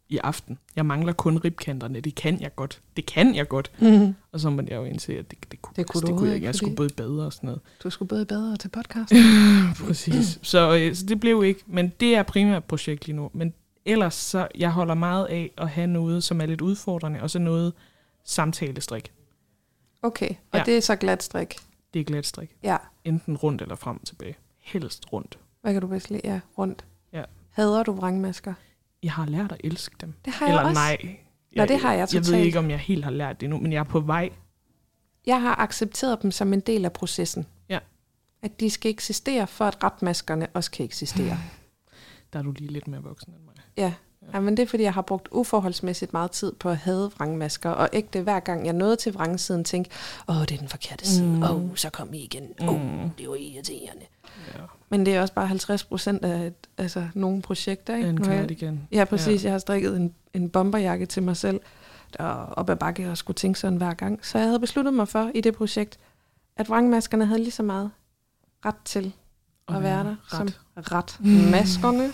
i aften. Jeg mangler kun ribkanterne. Det kan jeg godt. Mm. Og så måtte jeg jo indse, at det kunne jeg ikke. Jeg skulle både bade og sådan noget. Du skulle både bedre til podcast. Præcis. Så det blev ikke. Men det er primært projekt lige nu. Men ellers så, jeg holder meget af at have noget, som er lidt udfordrende, og så noget samtalestrik. Okay, og det er så glatstrik? Det er glatstrik. Ja. Enten rundt eller frem og tilbage. Helst rundt. Hvad kan du bedst lide? Ja, rundt. Ja. Hader du vrangmasker? Jeg har lært at elske dem. Det har jeg også. Nej. Nå, det har jeg totalt. Jeg ved ikke, om jeg helt har lært det endnu, men jeg er på vej. Jeg har accepteret dem som en del af processen. Ja. At de skal eksistere, for at retmaskerne også kan eksistere. Der er du lige lidt mere voksen end mig. Ja. Ja, men det er, fordi jeg har brugt uforholdsmæssigt meget tid på at hade vrangmasker, og ægte hver gang jeg nåede til vrangsiden, tænkte, det er den forkerte side, så kom I igen, det var irriterende. Ja. Men det er også bare 50% af nogle projekter, ikke? En cardigan. Ja, præcis. Ja. Jeg har strikket en bomberjakke til mig selv, der op ad bakke og skulle tænke sådan hver gang. Så jeg havde besluttet mig for i det projekt, at vrangmaskerne havde lige så meget ret til at være der, som retmaskerne.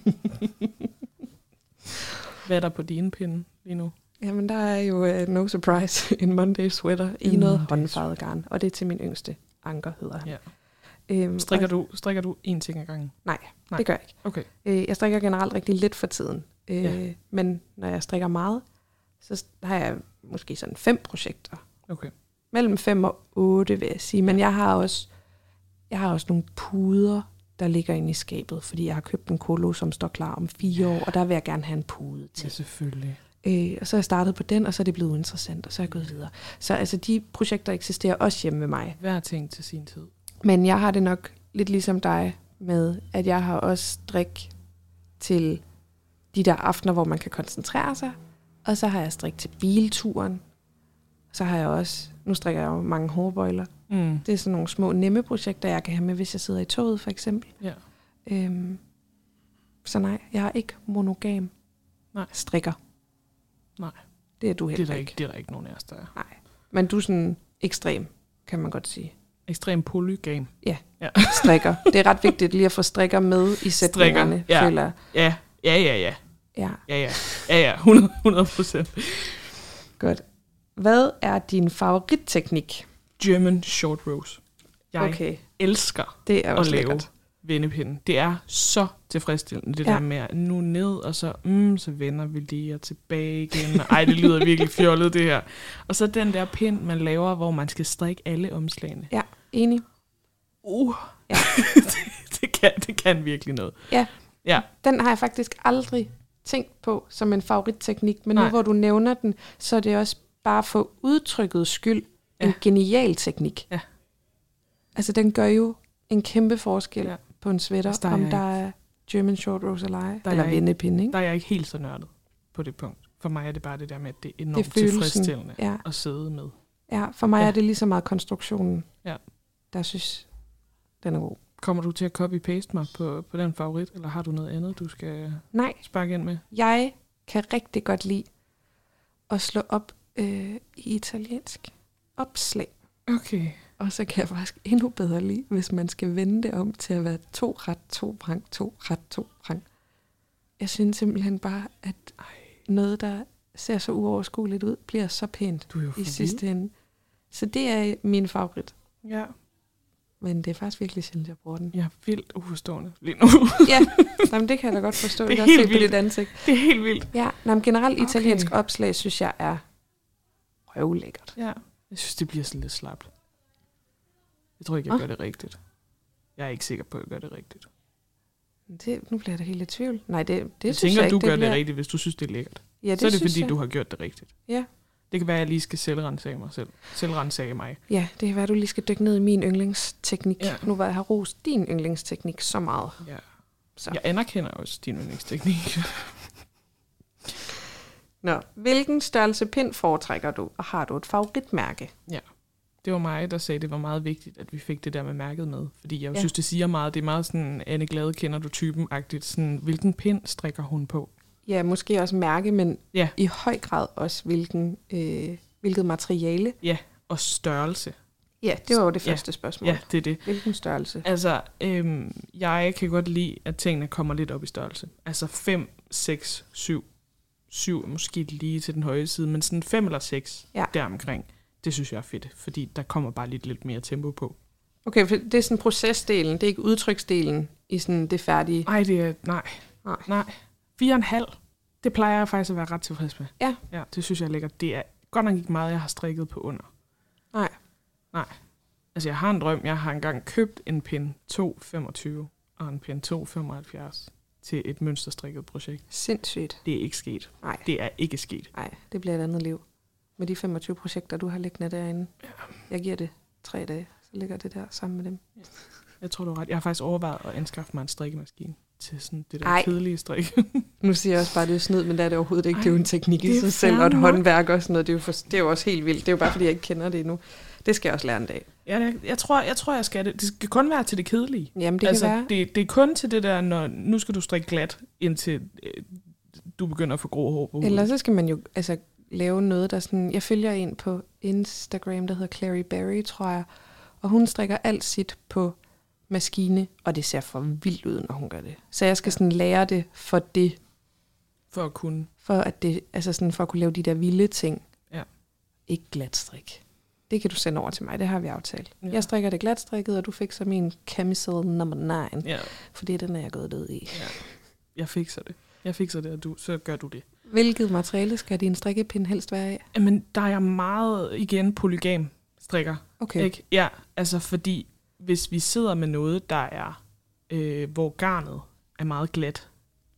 Hvad er der på dine pinde lige nu? Jamen, der er jo no surprise, en Monday sweater i noget håndfarvet garn. Og det er til min yngste. Anker hedder han. Ja. Strikker du én ting ad gangen? Nej, det gør jeg ikke. Okay. Jeg strikker generelt rigtig lidt for tiden. Men når jeg strikker meget, så har jeg måske sådan 5 projekter. Okay. Mellem 5 og 8, vil jeg sige. Men jeg har også nogle puder, der ligger inde i skabet, fordi jeg har købt en kolo, som står klar om 4 år, og der vil jeg gerne have en pude til. Ja, selvfølgelig. Og så er jeg startet på den, og så er det blevet uinteressant, og så er jeg gået videre. Så altså, de projekter eksisterer også hjemme med mig. Hver ting til sin tid. Men jeg har det nok lidt ligesom dig med, at jeg har også strik til de der aftener, hvor man kan koncentrere sig, og så har jeg strik til bilturen. Så har jeg også, nu strikker jeg jo mange hårbøjler. Det er sådan nogle små nemme projekter, jeg kan have med, hvis jeg sidder i toget for eksempel. Ja. Så nej, jeg er ikke monogam. Nej. Strikker. Nej. Det er du heller ikke. Det er der ikke nogen af os, der er. Nej. Men du er sådan ekstrem, kan man godt sige. Ekstrem polygam. Ja. Strikker. Det er ret vigtigt lige at få strikker med i sætningerne, føler jeg. Ja, 100%. Godt. Hvad er din favoritteknik? German short rows. Jeg elsker det er også at lave lækkert. vendepinde. Det er så tilfredsstillende, det der med at nu ned, og så vender vi lige og tilbage igen. Ej, det lyder virkelig fjollet, det her. Og så den der pind, man laver, hvor man skal strikke alle omslagene. Ja, enig. Ja. det kan virkelig noget. Ja. Den har jeg faktisk aldrig tænkt på som en favoritteknik, men nu hvor du nævner den, så er det også bare for udtrykkets skyld en genial teknik. Ja. Altså, den gør jo en kæmpe forskel på en sweater, om der er German short rows eller ej, eller vendepinde, ikke? Der er jeg ikke helt så nørdet på det punkt. For mig er det bare det der med, at det er enormt tilfredsstillende at sidde med. Ja, for mig er det lige så meget konstruktionen, der synes, den er god. Kommer du til at copy-paste mig på den favorit, eller har du noget andet, du skal sparke ind med? Jeg kan rigtig godt lide at slå op i italiensk opslag. Okay. Og så kan jeg faktisk endnu bedre lide, hvis man skal vende det om til at være 2 ret, 2 vrang, 2 ret, 2 vrang. Jeg synes simpelthen bare, at noget, der ser så uoverskueligt ud, bliver så pænt i sidste ende. Så det er min favorit. Ja. Men det er faktisk virkelig sjældent, jeg bruger den. Jeg er vildt uforstående lige nu. Jamen, det kan jeg da godt forstå. Det er helt vildt. På dit ansigt. Det er helt vildt. Ja, generelt italiensk opslag, synes jeg er røvlækkert. Ja, jeg synes, det bliver sådan lidt slapt. Jeg tror ikke, jeg gør det rigtigt. Jeg er ikke sikker på, at jeg gør det rigtigt. Nu bliver jeg da helt i tvivl. Nej, det jeg synes tænker, jeg ikke. Du gør det rigtigt, hvis du synes, det er lækkert. Ja, det så er det, fordi du har gjort det rigtigt. Ja. Det kan være, at jeg lige skal selvrensage mig. Ja, det kan være, at du lige skal dykke ned i min yndlingsteknik. Ja. Nu var jeg har rost din yndlingsteknik så meget. Ja. Så. Jeg anerkender også din yndlingsteknik. Nå, hvilken størrelse pind foretrækker du, og har du et favoritmærke? Ja, det var mig, der sagde, at det var meget vigtigt, at vi fik det der med mærket med. Fordi jeg synes, det siger meget. Det er meget sådan, Anne Glade kender du typen-agtigt. Sådan, hvilken pind strikker hun på? Ja, måske også mærke, men i høj grad også hvilket materiale. Ja, og størrelse. Ja, det var jo det første spørgsmål. Ja, det er det. Hvilken størrelse? Altså, jeg kan godt lide, at tingene kommer lidt op i størrelse. Altså 5, 6, 7, 7, måske lige til den høje side, men sådan 5 eller 6 deromkring, det synes jeg er fedt, fordi der kommer bare lidt mere tempo på. Okay, for det er sådan procesdelen, det er ikke udtryksdelen i sådan det færdige? Nej, det er, nej. 4,5, det plejer jeg faktisk at være ret tilfreds med. Ja. Ja, det synes jeg er lækkert. Det er godt nok ikke meget, jeg har strikket på under. Nej. Altså, jeg har en drøm. Jeg har engang købt en pind 2,25 og en pind 2,75 til et mønsterstrikket projekt. Sindssygt. Det er ikke sket. Nej. Det er ikke sket. Nej, det bliver et andet liv. Med de 25 projekter, du har liggende derinde. Ja. Jeg giver det 3 dage, så ligger det der sammen med dem. Ja. Jeg tror, du har ret. Jeg har faktisk overvejet at anskaffe mig en strikkemaskine til sådan det der kedelige strik. Nu siger jeg også bare, at det er snyd, men det er det overhovedet ikke. Det er jo en teknik i sig selv, og et håndværk og sådan noget. Det er jo også helt vildt. Det er jo bare, fordi jeg ikke kender det endnu. Det skal jeg også lære en dag. Ja, jeg tror, jeg skal det. Det skal kun være til det kedelige. Jamen, det kan være. Det er kun til det der, når nu skal du strikke glat, indtil du begynder at få grå hår på hovedet. Eller så skal man jo lave noget, der sådan... Jeg følger en på Instagram, der hedder Clary Berry, tror jeg. Og hun strikker alt sit på maskine, og det ser for vildt ud, når hun gør det. Så jeg skal sådan lære det for det. For at kunne. For at kunne lave de der vilde ting. Ja. Ikke glatstrik. Det kan du sende over til mig, det har vi aftalt. Ja. Jeg strikker det glatstrikket, og du fikser min camisole number 9. Ja. Fordi den er jeg gået død i. Ja. Jeg fikser det, og så gør du det. Hvilket materiale skal din strikkepind helst være af? Jamen, der er jeg meget, igen, polygam strikker. Okay. Ikke? Ja, altså fordi, hvis vi sidder med noget, der er, hvor garnet er meget glat,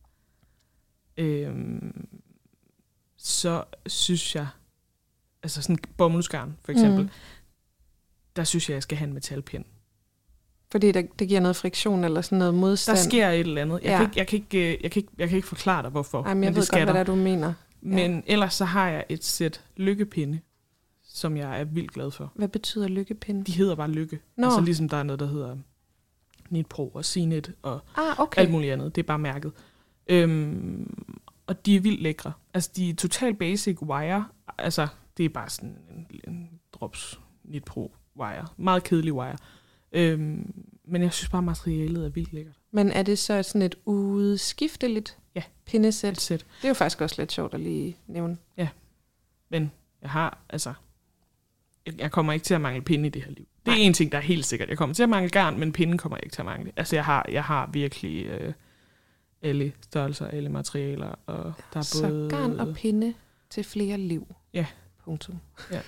så synes jeg, altså sådan bomuldsgarn for eksempel, der synes jeg skal have en metalpind. Fordi det giver noget friktion eller sådan noget modstand? Der sker et eller andet. Jeg kan ikke forklare dig, hvorfor. Jamen, jeg ved godt, hvad det er, du mener. Men ellers så har jeg et sæt lykkepinde, som jeg er vildt glad for. Hvad betyder lykkepinde? De hedder bare lykke. Nå. Altså ligesom der er noget, der hedder Knitpro og Cnet og alt muligt andet. Det er bare mærket. Og de er vildt lækre. Altså de er total basic wire. Altså det er bare sådan en drops Knitpro wire. Meget kedelig wire. Men jeg synes bare, materialet er vildt lækkert. Men er det så sådan et udskifteligt pindesæt? Et sæt. Det er jo faktisk også lidt sjovt at lige nævne. Ja, men jeg kommer ikke til at mangle pinde i det her liv. Det er en ting, der er helt sikkert. Jeg kommer til at mangle garn, men pinden kommer jeg ikke til at mangle. Altså jeg har virkelig alle størrelser, alle materialer. Og der er så både garn og pinde til flere liv. Ja. Punktum. Ja.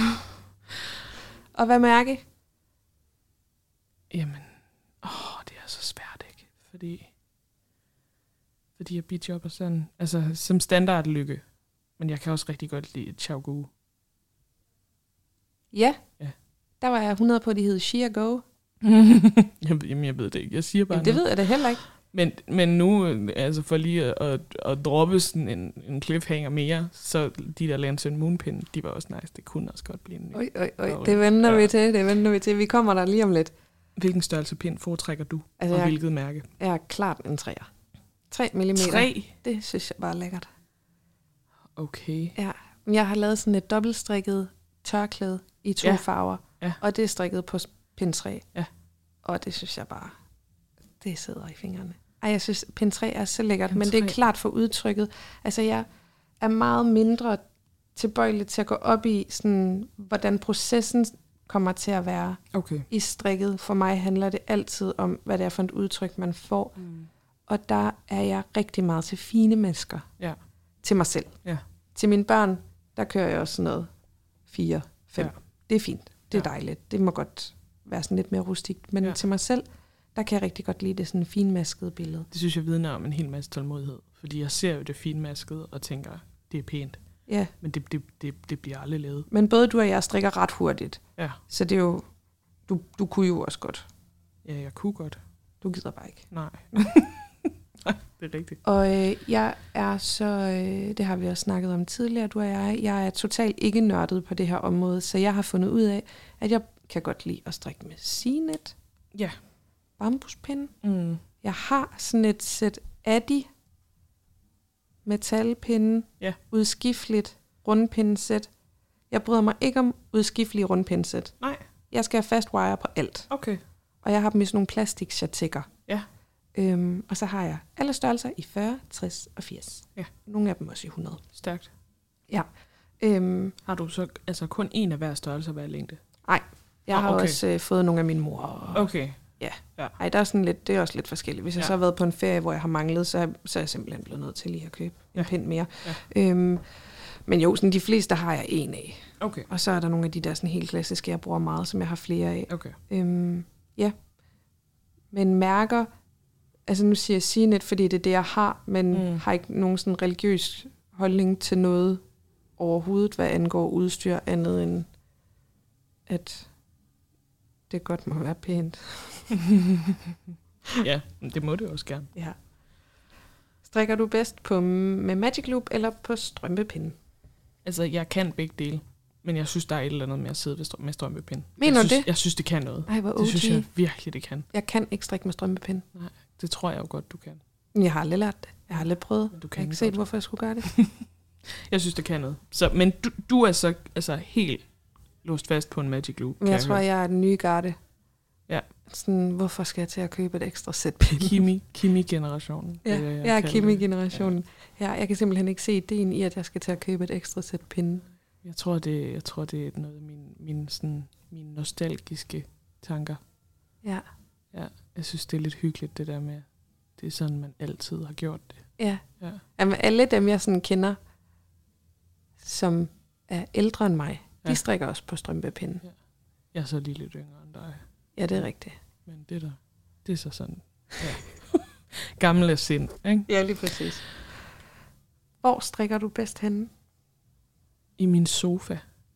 Og hvad mærke? Jamen, det er så svært, ikke? Fordi jeg bijobber sådan, altså som standard lykke. Men jeg kan også rigtig godt lide Xiaogu. Ja. Der var jeg 100 på, de hed Sheer Go. Jeg ved det ikke. Jeg siger bare det ved jeg da heller ikke. Men nu, altså for lige at droppe sådan en cliffhanger mere, så de der Lantern Moonpin, de var også nice. Det kunne også godt blive en ny. Det venter vi til. Vi kommer der lige om lidt. Hvilken størrelse pind foretrækker du, altså og hvilket mærke? Jeg er klart en 3'er. 3 mm. 3? Det synes jeg bare er lækkert. Okay. Ja, jeg har lavet sådan et dobbeltstrikket tørklæde i 2 farver, og det er strikket på pind 3. Ja. Og det synes jeg bare, det sidder i fingrene. Ej, jeg synes, pind 3 er så lækkert, men det er klart for udtrykket. Altså, jeg er meget mindre tilbøjelig til at gå op i, sådan, hvordan processen kommer til at være i strikket. For mig handler det altid om, hvad det er for et udtryk, man får. Og der er jeg rigtig meget til fine masker. Ja. Til mig selv. Ja. Til mine børn, der kører jeg også sådan noget 4, 5. Ja. Det er fint. Det er dejligt. Det må godt være sådan lidt mere rustikt. Men til mig selv, der kan jeg rigtig godt lide det sådan finmaskede billede. Det synes jeg vidner om en hel masse tålmodighed. Fordi jeg ser jo det finmaskede og tænker, det er pænt. Ja. Men det bliver aldrig lavet. Men både du og jeg strikker ret hurtigt. Ja. Så det er jo... Du kunne jo også godt. Ja, jeg kunne godt. Du gider bare ikke. Nej. Det er rigtigt. Og jeg er så... det har vi også snakket om tidligere, du og jeg. Jeg er totalt ikke nørdet på det her område, så jeg har fundet ud af, at jeg kan godt lide at strikke med Cnet. Ja. Bambuspinde. Jeg har sådan et sæt Addi metalpinde, udskifteligt rundpindesæt. Jeg bryder mig ikke om udskiftelige rundpindesæt. Nej. Jeg skal have fast wire på alt. Okay. Og jeg har dem i sådan nogle plastikchattikker. Ja. Og så har jeg alle størrelser i 40, 60 og 80. Ja. Nogle af dem også i 100. Stærkt. Ja. Har du så altså kun en af hver størrelse og hver længde? Nej, jeg har okay. også fået nogle af min mor. Og, Okay. Ja. Ja. Ej, der er sådan lidt, det er også lidt forskelligt. Hvis jeg så har været på en ferie, hvor jeg har manglet, så er jeg simpelthen blevet nødt til lige at købe en pind mere. Ja. Men jo, sådan de fleste har jeg en af. Okay. Og så er der nogle af de der sådan helt klassiske, jeg bruger meget, som jeg har flere af. Okay. Ja. Men mærker, altså nu siger jeg Signet, fordi det er det, jeg har, men har ikke nogen sådan religiøs holdning til noget overhovedet, hvad angår udstyr, andet end at det godt må være pænt. Ja, det må det også gerne. Ja. Strikker du bedst med Magic Loop eller på strømpepinde? Altså, jeg kan begge dele, men jeg synes, der er et eller andet med at sidde med strømpepinde. Mener du det? Jeg synes, det kan noget. Ej, hvor det synes jeg virkelig, det kan. Jeg kan ikke strikke med strømpepinde. Nej, det tror jeg jo godt, du kan. Jeg har aldrig lært det. Jeg har aldrig prøvet. Men du kan jeg har ikke set, hvorfor jeg skulle gøre det. Jeg synes, det kan noget. Så, men du er så altså helt låst fast på en Magic Loop. Men jeg tror, jeg er den nye garde. Ja. Sådan, hvorfor skal jeg til at købe et ekstra sæt pinde? Kimi-generationen. Ja, jeg er Kimi-generationen. Ja, jeg kan simpelthen ikke se ideen i, at jeg skal til at købe et ekstra sæt pinde. Jeg tror, det er noget af mine nostalgiske tanker. Ja. Ja, jeg synes, det er lidt hyggeligt, det der med, det er sådan, man altid har gjort det. Ja. Jamen, alle dem, jeg sådan kender, som er ældre end mig, de strikker også på strømpepinde. Ja. Jeg er så lige lidt yngre end dig. Ja, det er rigtigt. Men det er så sådan, ja. Gamle sind, ikke? Ja, lige præcis. Hvor strikker du bedst henne? I min sofa.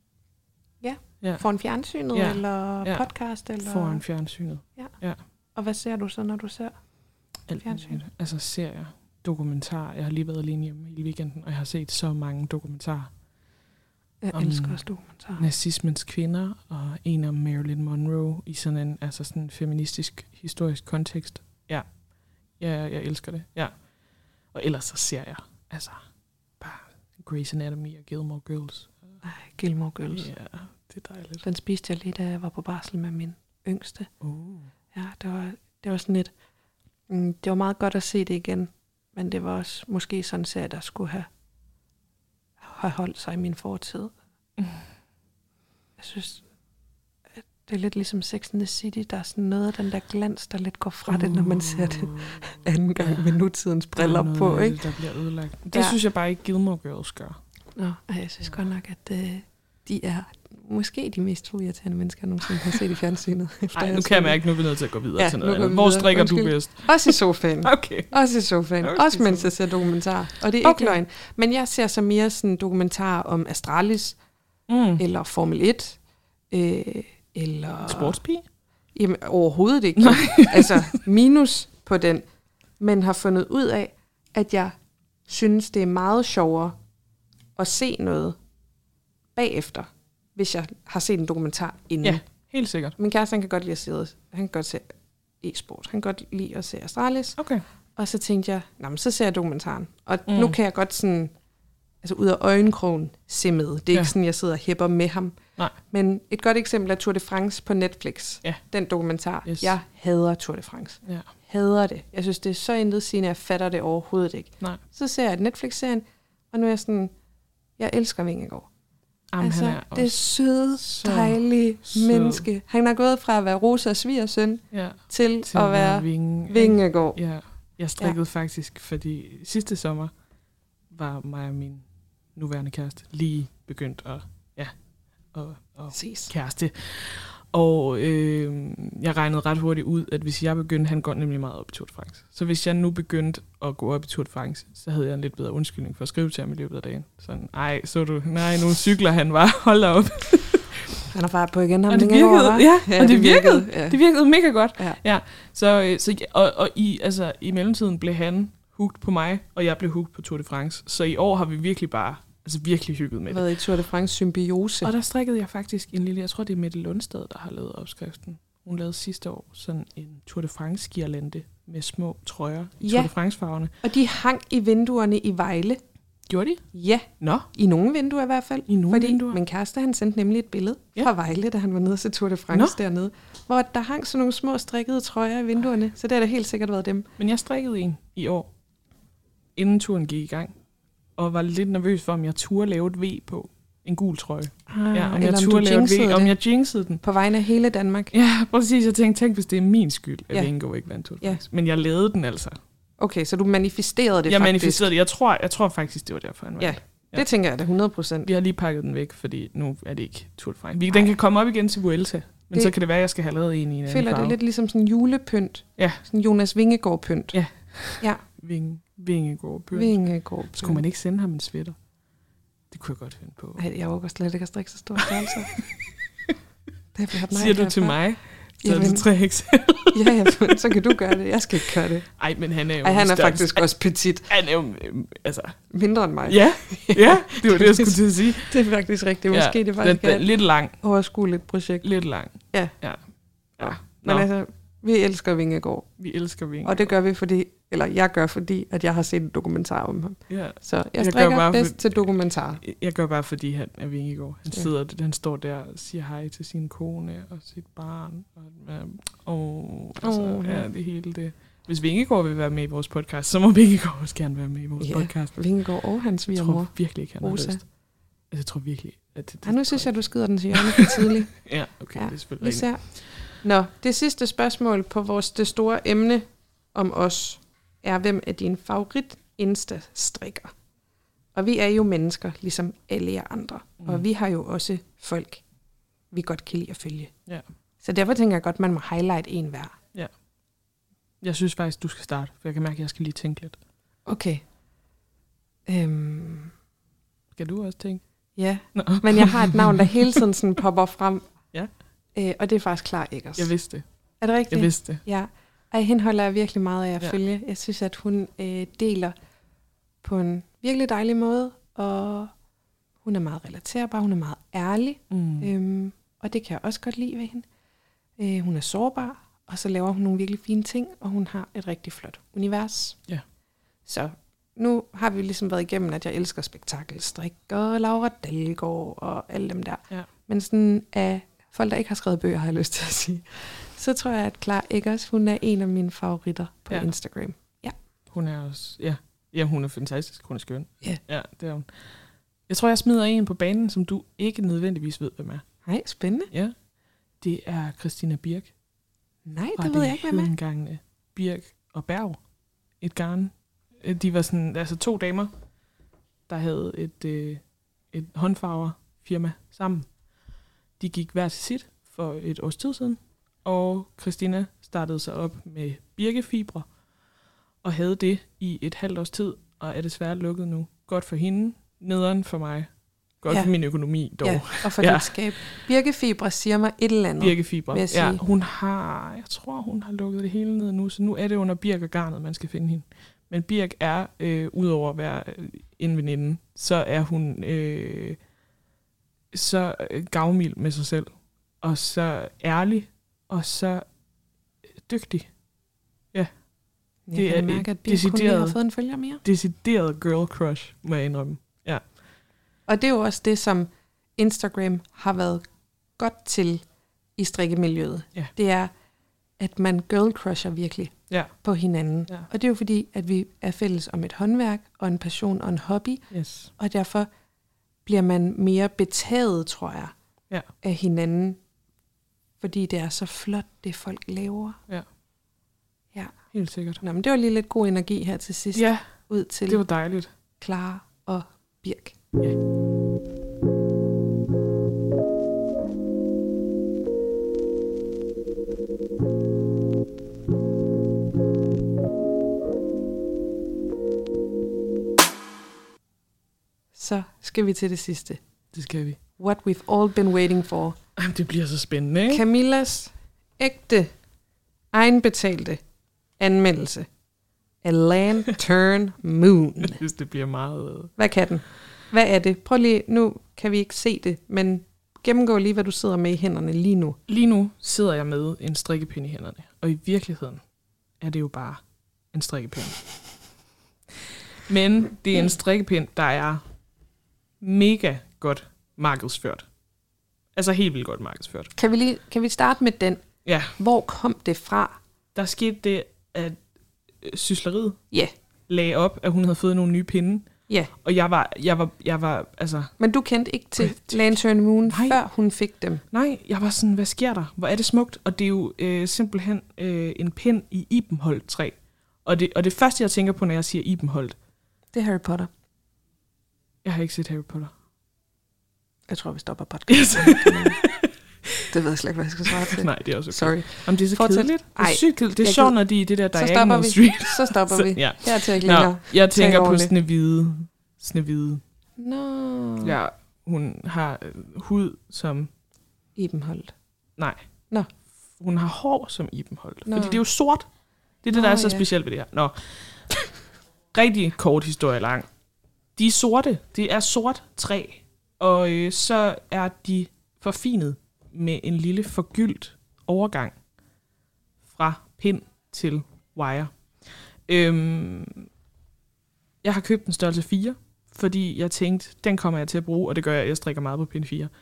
Ja. Foran fjernsynet, eller podcast? Eller? Foran fjernsynet. Ja. Og hvad ser du så, når du ser fjernsyn? Altså serier, dokumentarer. Jeg har lige været alene hjemme hele weekenden, og jeg har set så mange dokumentarer. Jeg elsker også dokumentarer. Nazismens kvinder, og en om Marilyn Monroe i sådan en feministisk, historisk kontekst. Ja, jeg elsker det. Ja. Og ellers så ser jeg altså bare Grey's Anatomy og Gilmore Girls. Gilmore Girls. Ja, det er dejligt. Den spiste jeg lige, da jeg var på barsel med min yngste. Ja, det var sådan lidt... det var meget godt at se det igen, men det var også måske sådan en serie, der skulle have holdt sig i min fortid. Jeg synes, at det er lidt ligesom Sex and the City. Der er sådan noget af den der glans, der lidt går fra det, når man ser det anden gang med nutidens briller på. Ikke? Der bliver ødelagt. Det synes jeg bare ikke Gilmore Girls gør. Nå, jeg synes godt nok, at de er måske de mest irriterende mennesker, jeg nogensinde har set i fjernsynet. Nej, nu kan jeg mærke, nu er vi nødt til at gå videre til noget andet. Hvor strikker du bedst? Også i sofaen. Okay. Også i sofaen. Også mens jeg ser dokumentarer. Og det er ikke løgn. Men jeg ser så mere sådan dokumentarer om Astralis, eller Formel 1, eller... Sportspige? Jamen, overhovedet ikke. Altså, minus på den. Men har fundet ud af, at jeg synes, det er meget sjovere at se noget bagefter, hvis jeg har set en dokumentar inden. Ja, helt sikkert. Min kæreste, han kan godt lide at se, han kan godt se e-sport. Han kan godt lide at se Astralis. Okay. Og så tænkte jeg, men så ser jeg dokumentaren. Og nu kan jeg godt sådan, altså ud af øjenkrogen se med. Det er ikke sådan, jeg sidder og hæpper med ham. Nej. Men et godt eksempel er Tour de France på Netflix. Ja. Den dokumentar. Yes. Jeg hader Tour de France. Ja. Hader det. Jeg synes, det er så intetsigende, jeg fatter det overhovedet ikke. Nej. Så ser jeg et Netflix-serien, og nu er jeg sådan, jeg elsker Vingegaard. Altså, han er det er søde, dejlige menneske. Han er gået fra at være Rosas svigersøn til at være Vingegaard. Ja, jeg strikkede faktisk, fordi sidste sommer var mig og min nuværende kæreste lige begyndt at kæreste. Og jeg regnede ret hurtigt ud, at hvis jeg begyndte, han går nemlig meget op i Tour de France. Så hvis jeg nu begyndte at gå op i Tour de France, så havde jeg en lidt bedre undskyldning for at skrive til ham i løbet af dagen. Sådan, nu cykler han bare, hold da op. Han er bare på igen, ham og det virkede, Ja. Det virkede mega godt. Ja. Så i mellemtiden blev han hooked på mig, og jeg blev hooked på Tour de France. Så i år har vi virkelig bare virkelig hygget med det. Været i Tour de France symbiose. Og der strikkede jeg faktisk en lille, jeg tror det er Mette Lundsted, der har lavet opskriften. Hun lavede sidste år sådan en Tour de France girlande med små trøjer i Tour de France farverne. Og de hang i vinduerne i Vejle. Gjorde de? Ja, Nå, i nogle vinduer i hvert fald. i nogle Fordi vinduer. min kæreste, han sendte nemlig et billede Ja. fra Vejle, da han var nede til Tour de France dernede, hvor der hang sådan nogle små strikkede trøjer i vinduerne. Så det har da helt sikkert været dem. Men jeg strikkede en i år, inden turen gik i gang, og var lidt nervøs for, om jeg turde lave et V på en gul trøje. Om jeg turde lave et V, om jeg jinxede den. På vegne af hele Danmark. Ja, præcis. Jeg tænkte, hvis det er min skyld, at Vingegaard ikke vandt Tour de Ja. France. Men jeg lavede den altså. Okay, så du manifesterede det Jeg faktisk. manifesterede det. Jeg tror faktisk, det var derfor, han vandt. Ja, det tænker jeg da 100%. Vi har lige pakket den væk, fordi nu er det ikke Tour de France. Den kan komme op igen til Vuelta, men så kan det være, at jeg skal have lavet en i en anden føler farve. det lidt ligesom sådan en julepynt. Ja. Sådan Jonas Vingegaard-pynt. Ja. Ja. Vingegaard pynt. Vingegaard-pynt. Skulle man ikke sende ham en sweater? Det kunne jeg godt finde på. Ej, jeg overgår slet ikke at strikke så store størrelser. Det bliver Siger du til mig? Så er det 3XL. Ja, så kan du gøre det. Jeg skal ikke gøre det. Ej, men han er jo... Ej, han er faktisk også petit. Han er jo... altså... Mindre end mig. Ja, det var det, jeg skulle til at sige. Det er faktisk rigtigt. Måske det faktisk er lidt lang. Overskueligt projekt. Lidt lang. Ja. Men altså, vi elsker Vingegaard. Vi elsker Vingegaard. Og det gør vi, fordi... Eller jeg gør, fordi at jeg har set en dokumentar om ham. Ja. Så jeg strikker bedst til dokumentar. Jeg gør bare, fordi han er Vingegaard. Han står der og siger hej til sin kone og sit barn. Det hele det. Hvis Vingegaard vil være med i vores podcast, så må Vingegaard også gerne være med i vores podcast. Vingegaard og hans svigermor. Jeg tror virkelig ikke, han har lyst. Altså, jeg tror virkelig, at det nu synes jeg, du skyder den til hjørne for tidligt. Ja, okay, det er selvfølgelig rigtigt. Nå, det sidste spørgsmål på det store emne om os er, hvem er din favorit Insta-strikker? Og vi er jo mennesker, ligesom alle jer andre. Og vi har jo også folk, vi godt kan lide at følge. Ja. Så derfor tænker jeg godt, man må highlight en hver. Ja. Jeg synes faktisk, du skal starte, for jeg kan mærke, at jeg skal lige tænke lidt. Okay. Skal du også tænke? Ja, men jeg har et navn, der hele tiden sådan popper frem. Ja. Og det er faktisk Clara Eggers. Jeg vidste det. Er det rigtigt? Jeg vidste det. Ja. Hende holder jeg virkelig meget af at følge. Jeg synes, at hun deler på en virkelig dejlig måde, og hun er meget relaterbar, hun er meget ærlig, og det kan jeg også godt lide ved hende. Hun er sårbar, og så laver hun nogle virkelig fine ting, og hun har et rigtig flot univers. Ja. Så nu har vi ligesom været igennem, at jeg elsker spektakelstrik, og Laura Dalgaard, og alle dem der. Ja. Men sådan af folk, der ikke har skrevet bøger, har jeg lyst til at sige, så tror jeg, at Clara Eggers, hun er en af mine favoritter på Instagram. Ja. Hun er også, hun er fantastisk, hun er skøn. Ja. Ja, det er hun. Jeg tror, jeg smider en på banen, som du ikke nødvendigvis ved, hvem er. Nej, spændende. Ja, det er Christina Birk. Nej, det ved jeg ikke, hvem er. Gangene Birk og Berg. Et garn. De var sådan, altså 2 damer, der havde et håndfarverfirma sammen. De gik hver til sit for et års tid siden, og Christina startede sig op med birkefibre, og havde det i et halvt års tid, og er desværre lukket nu. Godt for hende, nederen for mig. Godt for min økonomi dog. Ja, og for dit skab. Birkefibre siger mig et eller andet. Birkefibre, ja. Jeg tror, hun har lukket det hele ned nu, så nu er det under Birk og garnet, man skal finde hende. Men Birk er, udover at være en veninde, så er hun så gavmild med sig selv, og så ærlig, og så dygtig. Ja. Jeg kan mærke, at Birk kun har fået en følger mere. Decideret girl crush, må jeg indrømme. Ja. Og det er jo også det, som Instagram har været godt til i strikkemiljøet. Ja. Det er, at man girl crusher virkelig på hinanden. Ja. Og det er jo fordi, at vi er fælles om et håndværk, og en passion og en hobby. Yes. Og derfor bliver man mere betaget, tror jeg, af hinanden. Fordi det er så flot, det folk laver. Ja. Ja. Helt sikkert. Nå, men det var lige lidt god energi her til sidst. Ja, ud til det var dejligt. Clara og Birk. Ja. Så skal vi til det sidste. Det skal vi. What we've all been waiting for. Jamen, det bliver så spændende, ikke? Camillas ægte, egenbetalte anmeldelse af Lantern Moon. Jeg synes, det bliver meget... Hvad kan den? Hvad er det? Prøv lige, nu kan vi ikke se det, men gennemgå lige, hvad du sidder med i hænderne lige nu. Lige nu sidder jeg med en strikkepind i hænderne, og i virkeligheden er det jo bare en strikkepind. Men det er en strikkepind, der er mega godt markedsført. Altså helt vildt godt markedsført. Kan vi starte med den? Ja. Hvor kom det fra? Der skete det, at sysleriet Ja. lagde op, at hun havde fået nogle nye pinde. Ja. Og jeg var altså... Men du kendte ikke til Lantern Moon, før hun fik dem? Nej, jeg var sådan, hvad sker der? Hvor er det smukt? Og det er jo simpelthen en pind i Ibenholt træ. Og det første, jeg tænker på, når jeg siger Ibenholt... Det er Harry Potter. Jeg har ikke set Harry Potter. Jeg tror, vi stopper podcasten. Det ved jeg slet ikke, hvad jeg skal svare til. Nej, det er også okay. Sorry. Jamen, det er så kedeligt. Det er sygt kedeligt. Det er sjovt, når de er det der Diagonal Street. Så stopper vi. Ja. Jeg er ikke længere. Jeg tænker på Snehvide. Nå. Ja, hun har hud som... Ibenholt. Nej. Nå. Hun har hår som Ibenholt. Nå. Fordi det er jo sort. Det er det, der er så specielt ved det her. Nå. Rigtig kort historie lang. De er sorte. Det er sort træ. Og så er de forfinet med en lille forgyldt overgang fra pind til wire. Jeg har købt en størrelse 4, fordi jeg tænkte, den kommer jeg til at bruge, og det gør jeg strikker meget på pind 4.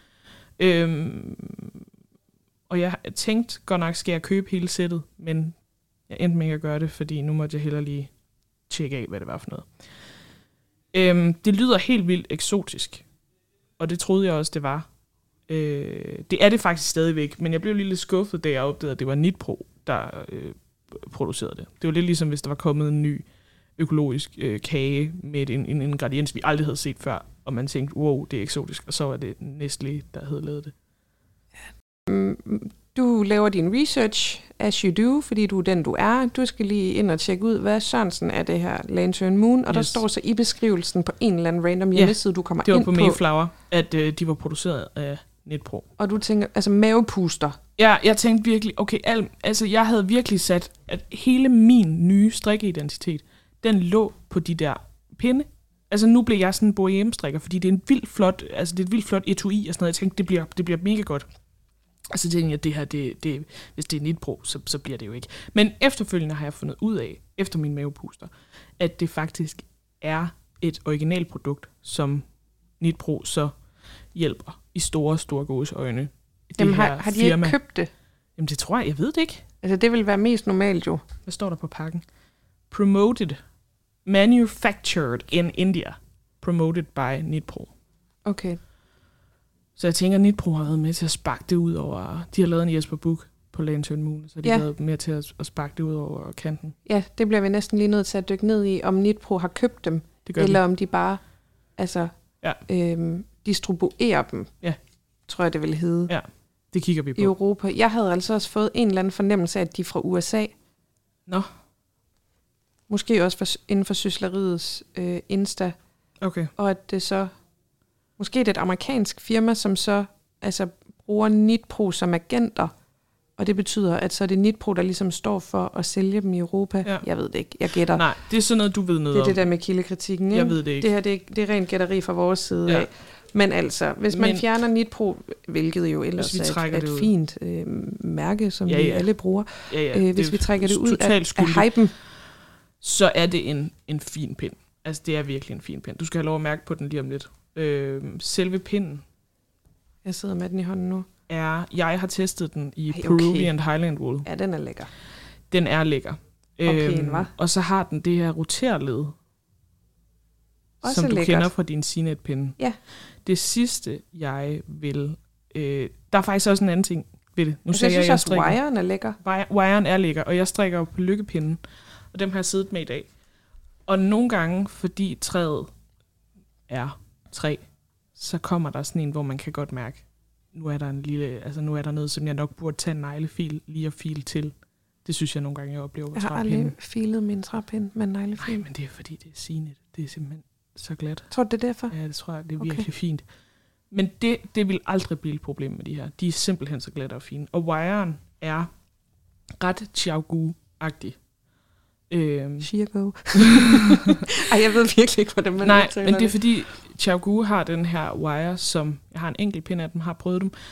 Og jeg tænkte godt nok, skal jeg købe hele sættet, men jeg endte med ikke at gøre det, fordi nu måtte jeg hellere lige tjekke af, hvad det var for noget. Det lyder helt vildt eksotisk, og det troede jeg også, det var. Det er det faktisk stadigvæk, men jeg blev lidt skuffet, da jeg opdagede, at det var Knitpro, der producerede det. Det var lidt ligesom, hvis der var kommet en ny økologisk kage med en ingrediens, vi aldrig havde set før, og man tænkte, wow, det er eksotisk, og så var det Nestlé, der havde lavet det. Du laver din research, as you do, fordi du er den, du er. Du skal lige ind og tjekke ud, hvad Sørensen er det her Lantern Moon, og der står så i beskrivelsen på en eller anden random hjemmeside, du kommer ind på. Det var på Mayflower, at de var produceret af Knitpro. Og du tænker, altså mavepuster. Ja, jeg tænkte virkelig, okay, altså jeg havde virkelig sat, at hele min nye strikkeidentitet, den lå på de der pinde. Altså nu blev jeg sådan en boheme-strikker, fordi det er en vildt flot, altså det er et vildt flot etui og sådan noget. Jeg tænkte, det bliver mega godt. Og så tænkte jeg, at det her, det, hvis det er Knitpro, så bliver det jo ikke. Men efterfølgende har jeg fundet ud af, efter min mavepuster, at det faktisk er et originalprodukt, som Knitpro så hjælper i store gåseøjne. Jamen har de ikke købt det? Jamen det tror jeg ved det ikke. Altså det vil være mest normalt jo. Hvad står der på pakken? Promoted, manufactured in India, promoted by Knitpro. Okay. Så jeg tænker, at Knitpro har været med til at sparke det ud over... De har lavet en Jesper Buch på Lantern Moon, så de har været med til at sparke det ud over kanten. Ja, det bliver vi næsten lige nødt til at dykke ned i, om Knitpro har købt dem, eller om de bare distribuerer dem, tror jeg det vil hedde. Ja, det kigger vi på. I Europa. Jeg havde altså også fået en eller anden fornemmelse af, at de er fra USA. Nå. Måske også inden for sysleriets Insta. Okay. Og at det så... Måske det er et amerikansk firma, som så bruger Knitpro som agenter, og det betyder, at så er det Knitpro, der ligesom står for at sælge dem i Europa. Ja. Jeg ved det ikke. Jeg gætter. Nej, det er sådan noget, du ved noget om. Det er det der med kildekritikken. Ikke? Jeg ved det ikke. Det her det er rent gætteri fra vores side af. Men altså, hvis man fjerner Knitpro, hvilket jo ellers er et fint mærke, som vi alle bruger, hvis vi trækker det ud af hypen, så er det en fin pind. Altså, det er virkelig en fin pind. Du skal have lov at mærke på den lige om lidt. Selve pinden. Jeg sidder med den i hånden nu. Jeg har testet den i Peruvian Highland Wool. Ja, den er lækker. Den er lækker. Og så har den det her roterled, som du kender fra din Cinet-pinde. Ja. Det sidste, jeg vil... der er faktisk også en anden ting ved det. Nu jeg synes også, wiren er lækker. Wiren er lækker, og jeg strikker jo på lykkepinden. Og dem har jeg siddet med i dag. Og nogle gange, fordi træet er træ, så kommer der sådan en, hvor man kan godt mærke, nu er der noget, som jeg nok burde tage en neglefil lige at file til. Det synes jeg nogle gange, jeg oplever. Jeg har aldrig filet min træpind med en neglefil. Nej, men det er fordi, det er Cinet. Det er simpelthen så glat. Tror du, det er derfor? Ja, det tror jeg. Det er virkelig fint. Men det vil aldrig blive et problem med de her. De er simpelthen så glatte og fine. Og wiren er ret Xiaogu-agtig. Chiago. Jeg ved virkelig ikke, hvordan man udtaler det. Men det er fordi, Xiaogu har den her wire, som... Jeg har en enkelt pind af dem, har prøvet dem.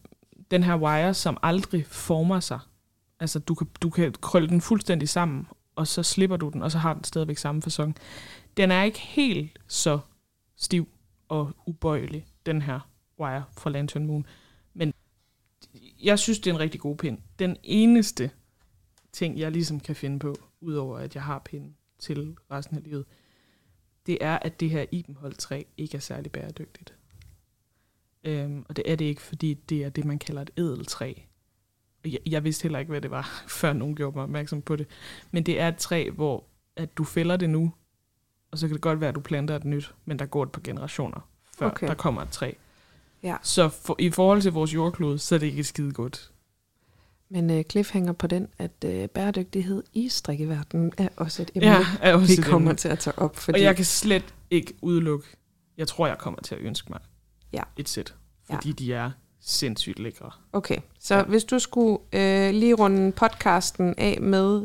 Den her wire, som aldrig former sig. Altså, du kan krølle den fuldstændig sammen, og så slipper du den, og så har den stadigvæk samme facon. Den er ikke helt så stiv og ubøjelig, den her wire fra Lantern Moon. Men jeg synes, det er en rigtig god pind. Den eneste ting, jeg ligesom kan finde på, udover at jeg har pinden til resten af livet, det er, at det her ibenholt-træ ikke er særlig bæredygtigt. Og det er det ikke, fordi det er det, man kalder et ædeltræ. Jeg vidste heller ikke, hvad det var, før nogen gjorde mig opmærksom på det. Men det er et træ, hvor at du fælder det nu, og så kan det godt være, at du planter et nyt, men der går et par generationer, før der kommer et træ. Ja. Så i forhold til vores jordklode, så er det ikke skide godt. Men cliffhanger på den, at bæredygtighed i strikkeverdenen er også et emne, vi kommer til at tage op. Fordi... Og jeg kan slet ikke udelukke, jeg tror, jeg kommer til at ønske mig et sæt, fordi de er sindssygt lækre. Okay, så hvis du skulle lige runde podcasten af med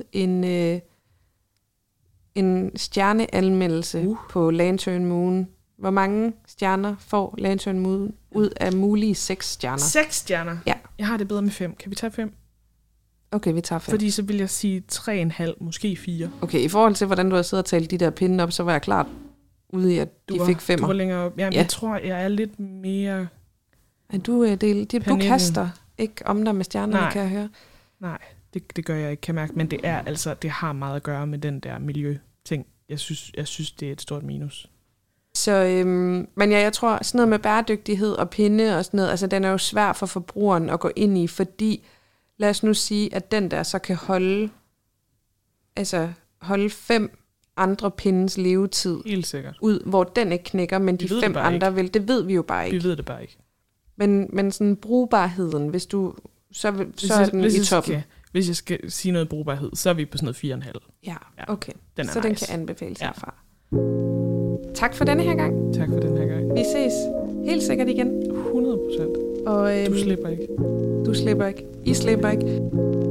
en stjerneanmeldelse på Lantern Moon, hvor mange stjerner får Lantern Moon ud af mulige 6 stjerner? 6 stjerner? Ja. Jeg har det bedre med 5. Kan vi tage 5? Okay, vi tager 5. Fordi så vil jeg sige 3,5, måske 4. Okay, i forhold til, hvordan du har siddet og talt de der pinde op, så var jeg klart ude i, at de fik 5'er. Du var længere op. Jamen, jeg tror, jeg er lidt mere... Du kaster ikke om dig med stjernerne, kan jeg høre. Nej, det gør jeg ikke, kan mærke. Men det er altså, det har meget at gøre med den der miljøting. Jeg synes, det er et stort minus. Så, men jeg tror, sådan noget med bæredygtighed og pinde og sådan noget, altså den er jo svær for forbrugeren at gå ind i, fordi lad os nu sige, at den der så kan holde 5 andre pindes levetid ud, hvor den ikke knækker, men de 5 andre vil. Det ved vi jo bare ikke. Vi ved det bare ikke. Men sådan brugbarheden, hvis er den i toppen. Hvis jeg skal sige noget brugbarhed, så er vi på sådan noget 4,5. Ja, okay. Så nice. Den kan anbefales herfra. Tak for denne her gang. Tak for denne her gang. Vi ses helt sikkert igen. 100%. Og, du slipper ikke. Du slipper ikke. I slipper ikke.